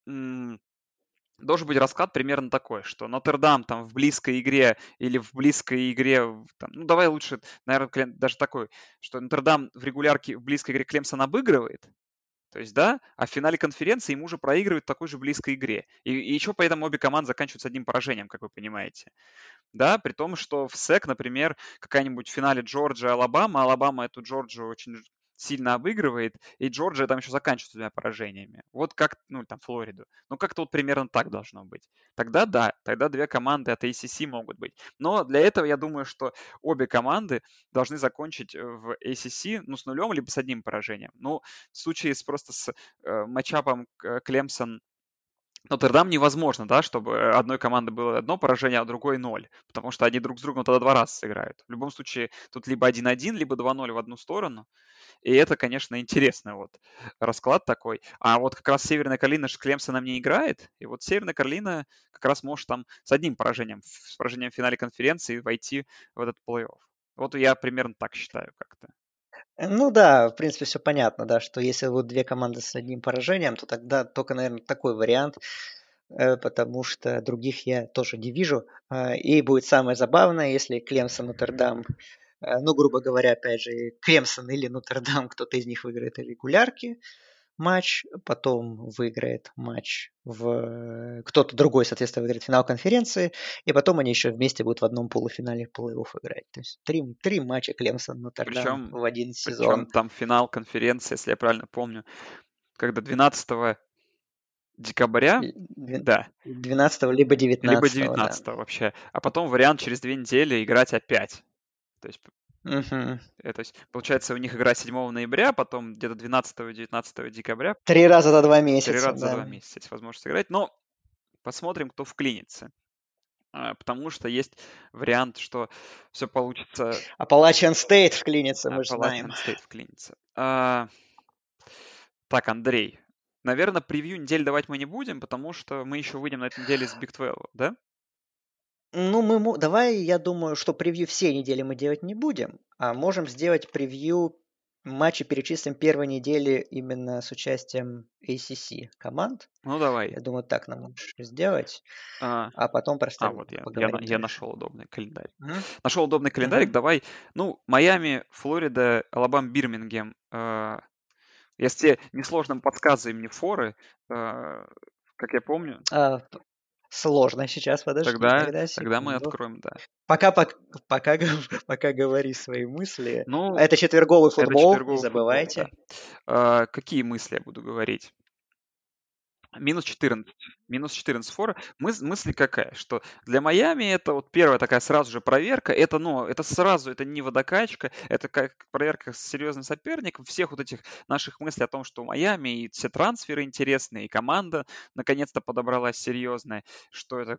должен быть расклад примерно такой, что Нотр-Дам там в близкой игре или в близкой игре, там, ну давай лучше, наверное, даже такой, что Нотр-Дам в регулярке в близкой игре Клемсон обыгрывает, то есть, да, а в финале конференции ему уже проигрывают в такой же близкой игре. И еще поэтому обе команды заканчиваются одним поражением, как вы понимаете. Да, при том, что в СЭК, например, какая-нибудь в финале Джорджия, Алабама, Алабама эту Джорджию очень сильно обыгрывает, и Джорджия там еще заканчивается двумя поражениями. Вот как, ну, там, Флориду. Ну, как-то вот примерно так должно быть. Тогда да, тогда две команды от ACC могут быть. Но для этого я думаю, что обе команды должны закончить в ACC, ну, с нулем, либо с одним поражением. Ну, в случае просто с матчапом Клемсон Нотр-Дам невозможно, да, чтобы одной команды было одно поражение, а другой ноль, потому что они друг с другом тогда два раза сыграют. В любом случае, тут либо 1-1, либо 2-0 в одну сторону, и это, конечно, интересный вот расклад такой. А вот как раз Северная Каролина с Клемсоном не играет, и вот Северная Каролина как раз может там с одним поражением, с поражением в финале конференции войти в этот плей-офф. Вот я примерно так считаю как-то. Ну да, в принципе, все понятно, да, что если вот две команды с одним поражением, то тогда только, наверное, такой вариант, потому что других я тоже не вижу. И будет самое забавное, если Клемсон, Нотр-Дам, ну, грубо говоря, опять же, Клемсон или Нотр-Дам, кто-то из них выиграет регулярки матч, потом выиграет матч в... Кто-то другой, соответственно, выиграет финал конференции, и потом они еще вместе будут в одном полуфинале плей-офф играть. То есть три матча Клемсон, Нотр-Дам Причем, в один причем сезон. там финал конференции, если я правильно помню, когда 12 декабря, Две- да, 12 либо либо 19, да. 19 вообще, а потом вариант через 2 недели играть опять. То есть, Мгм. то есть получается, у них игра 7 ноября, потом где-то 12-19 декабря, 3 раза за 2 3 месяца, раза за да. 2 месяца есть возможность сыграть. Но посмотрим, кто вклинится. Потому что есть вариант, что все получится, Appalachian State вклинится, мы же знаем. Appalachian State вклинится. Так, Андрей, наверное, превью недель давать мы не будем, потому что мы еще выйдем на этой неделе с Big 12, да? Ну, давай, я думаю, что превью всей недели мы делать не будем, а можем сделать превью матчи, перечислим первой недели именно с участием ACC команд. Ну, давай. Я думаю, так нам лучше сделать, А, а потом про остальных вот поговорим я дальше. нашел удобный календарь. Мгм. Нашел удобный календарик, Мгм. давай. Ну, Майами, Флорида, Алабама, Бирмингем. Если несложным подсказывай мне форы, э, как я помню, А, сложно сейчас, подожди, тогда тогда мы секунду. откроем, да. Пока, пока, пока говори свои мысли. Ну, Это четверговый это футбол, не четверговый футбол, да. забывайте. Какие мысли я буду говорить? Минус 14. Минус 14 фора. Мысль какая? Что для Майами это вот первая такая сразу же проверка. Это, ну, это сразу, это не водокачка. Это как проверка с серьезным соперником. Всех вот этих наших мыслей о том, что у Майами и все трансферы интересные, и команда наконец-то подобралась серьезная, что это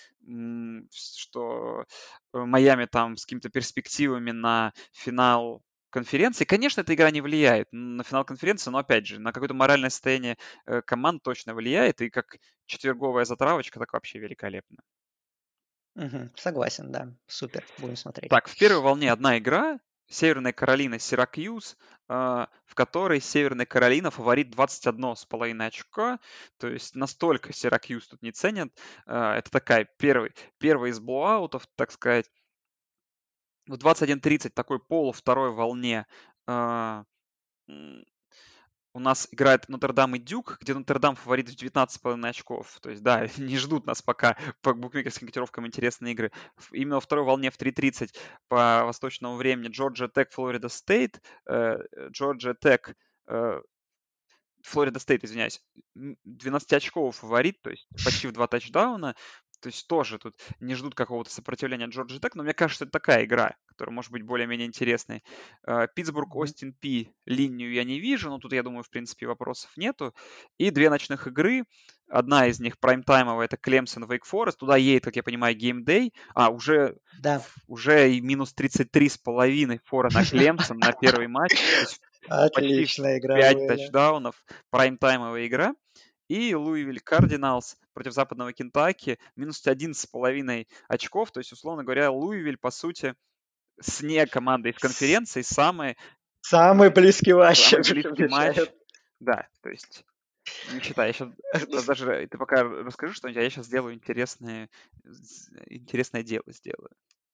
что Майами там с какими-то перспективами на финал конференции. Конечно, эта игра не влияет на финал конференции, но опять же, на какое-то моральное состояние команд точно влияет, и как четверговая затравочка, так вообще великолепно. Мгм, согласен, да. Супер, будем смотреть. Так, в первой волне одна игра. Северная Каролина, Сиракьюз. в которой Северная Каролина фаворит 21,5 очка. То есть настолько Сиракьюз тут не ценят. Это такая первый из блоуаутов, так сказать. В 21:30 такой второй волне а, м, у нас играет Нотр-Дам и Дюк, где Нотр-Дам фаворит в 19,5 очков. То есть, да, не ждут нас пока по букмекерским котировкам интересные игры. Именно во второй волне в 3:30 по восточному времени Джорджия Тек, Флорида Стейт. Джорджия Тек, Флорида Стейт, извиняюсь, 12-очковый фаворит, то есть почти в 2 тачдауна. То есть тоже тут не ждут какого-то сопротивления Джорджии Тек, но мне кажется, это такая игра, которая может быть более-менее интересной. Питтсбург, Мгм. Остин Пи, линию я не вижу, но тут, я думаю, в принципе, вопросов нету. И две ночных игры. Одна из них прайм-таймовая, это Клемсон, Вейк Форест. Туда едет, как я понимаю, геймдей. Да, Уже и минус 33,5 фора на Клемсон на первый матч. То есть почти в отличная игра 5 будет. тачдаунов, прайм-таймовая игра. И Луивиль Кардиналс против западного Кентаки минус 11,5 очков. То есть, условно говоря, Луивиль, по сути, с не командой из С- конференции Самый близкий матч самый близкий матч. приближает. Да, то есть не считай, я сейчас даже, ты пока расскажи что-нибудь, а я сейчас сделаю интересное дело сделаю.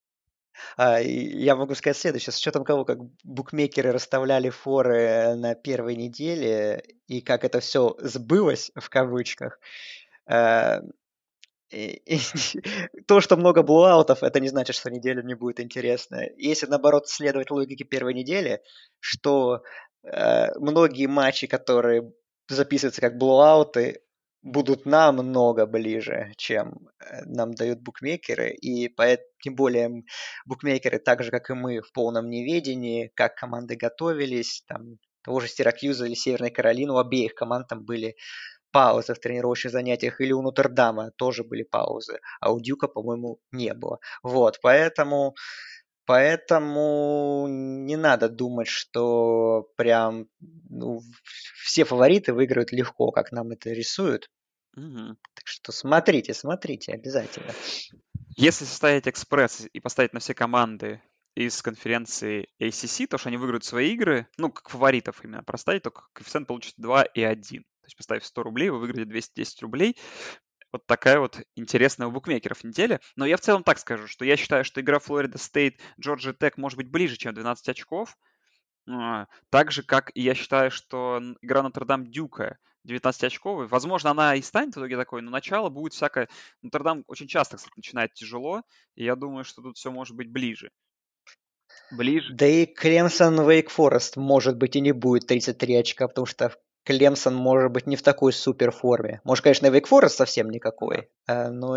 И я могу сказать следующее. С учетом того, как букмекеры расставляли форы на первой неделе и как это все «сбылось» в кавычках, э, и то, что много блоаутов, это не значит, что неделя не будет интересная. Если, наоборот, следовать логике первой недели, что многие матчи, которые записываются как блоуауты, будут намного ближе, чем нам дают букмекеры, и тем более букмекеры, так же, как и мы, в полном неведении, как команды готовились, там, того же Сиракьюза или Северной Каролины, у обеих команд там были паузы в тренировочных занятиях, или у Нотр-Дама тоже были паузы, а у Дюка, по-моему, не было. Вот, поэтому не надо думать, что прям все фавориты выиграют легко, как нам это рисуют. Мгм. Так что смотрите обязательно. Если составить экспресс и поставить на все команды из конференции ACC, то, что они выиграют свои игры, ну, как фаворитов именно проставить, то коэффициент получится 2,1. То есть поставив 100 рублей, вы выиграете 210 рублей. Вот такая вот интересная у букмекеров неделя. Но я в целом так скажу, что я считаю, что игра Флорида Стейт, Джорджия Тек может быть ближе, чем 12 очков. Так же, как и я считаю, что игра Нотр-Дам Дюка 19-очковый, возможно, она и станет в итоге такой, но начало будет всякое... Нотр-Дам очень часто, кстати, начинает тяжело, и я думаю, что тут все может быть ближе. Ближе. Да и Клемсон Вейк Форест, может быть, и не будет 33 очка, потому что Клемсон может быть не в такой супер форме. Может, конечно, и Вейк Форест совсем Да. никакой, но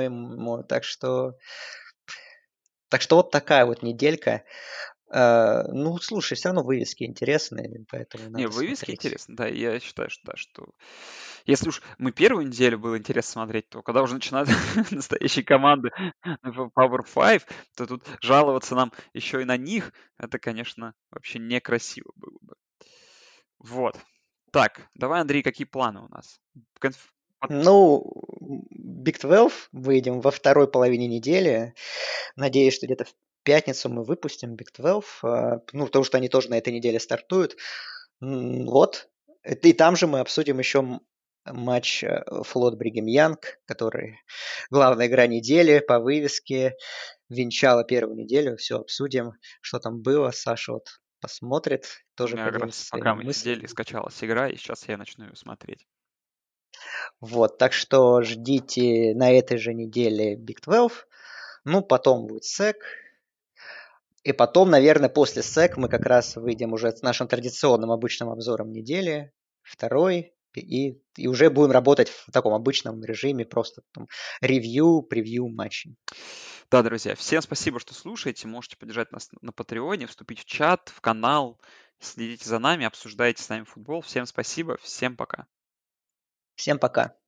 так что вот такая вот неделька. Ну, слушай, все равно вывески интересные, поэтому Не, надо вывески смотреть. интересно, да, я считаю, что да, что если уж мы первую неделю было интересно смотреть, то когда уже начинают настоящие команды в Power 5, то тут жаловаться нам еще и на них, это, конечно, вообще некрасиво было бы. Вот. Так, давай, Андрей, какие планы у нас? Конф- под- Ну, Big 12 выйдем во второй половине недели. Надеюсь, что где-то в пятницу мы выпустим Big 12. Ну, потому что они тоже на этой неделе стартуют. Вот. И там же мы обсудим еще матч Флот Бригем Янг, который главная игра недели по вывеске, венчала первую неделю. Все обсудим, что там было. Саша вот посмотрит, У тоже меня как поделится раз своими пока мы сидели, мыслями. скачалась игра, и сейчас я начну ее смотреть. Вот, так что ждите на этой же неделе Big 12. Ну, потом будет SEC. И потом, наверное, после SEC мы как раз выйдем уже с нашим традиционным обычным обзором недели, второй, и уже будем работать в таком обычном режиме, просто там ревью, превью матчей. Да, друзья, всем спасибо, что слушаете. Можете поддержать нас на Патреоне, вступить в чат, в канал, следите за нами, обсуждайте с нами футбол. Всем спасибо, всем пока. Всем пока.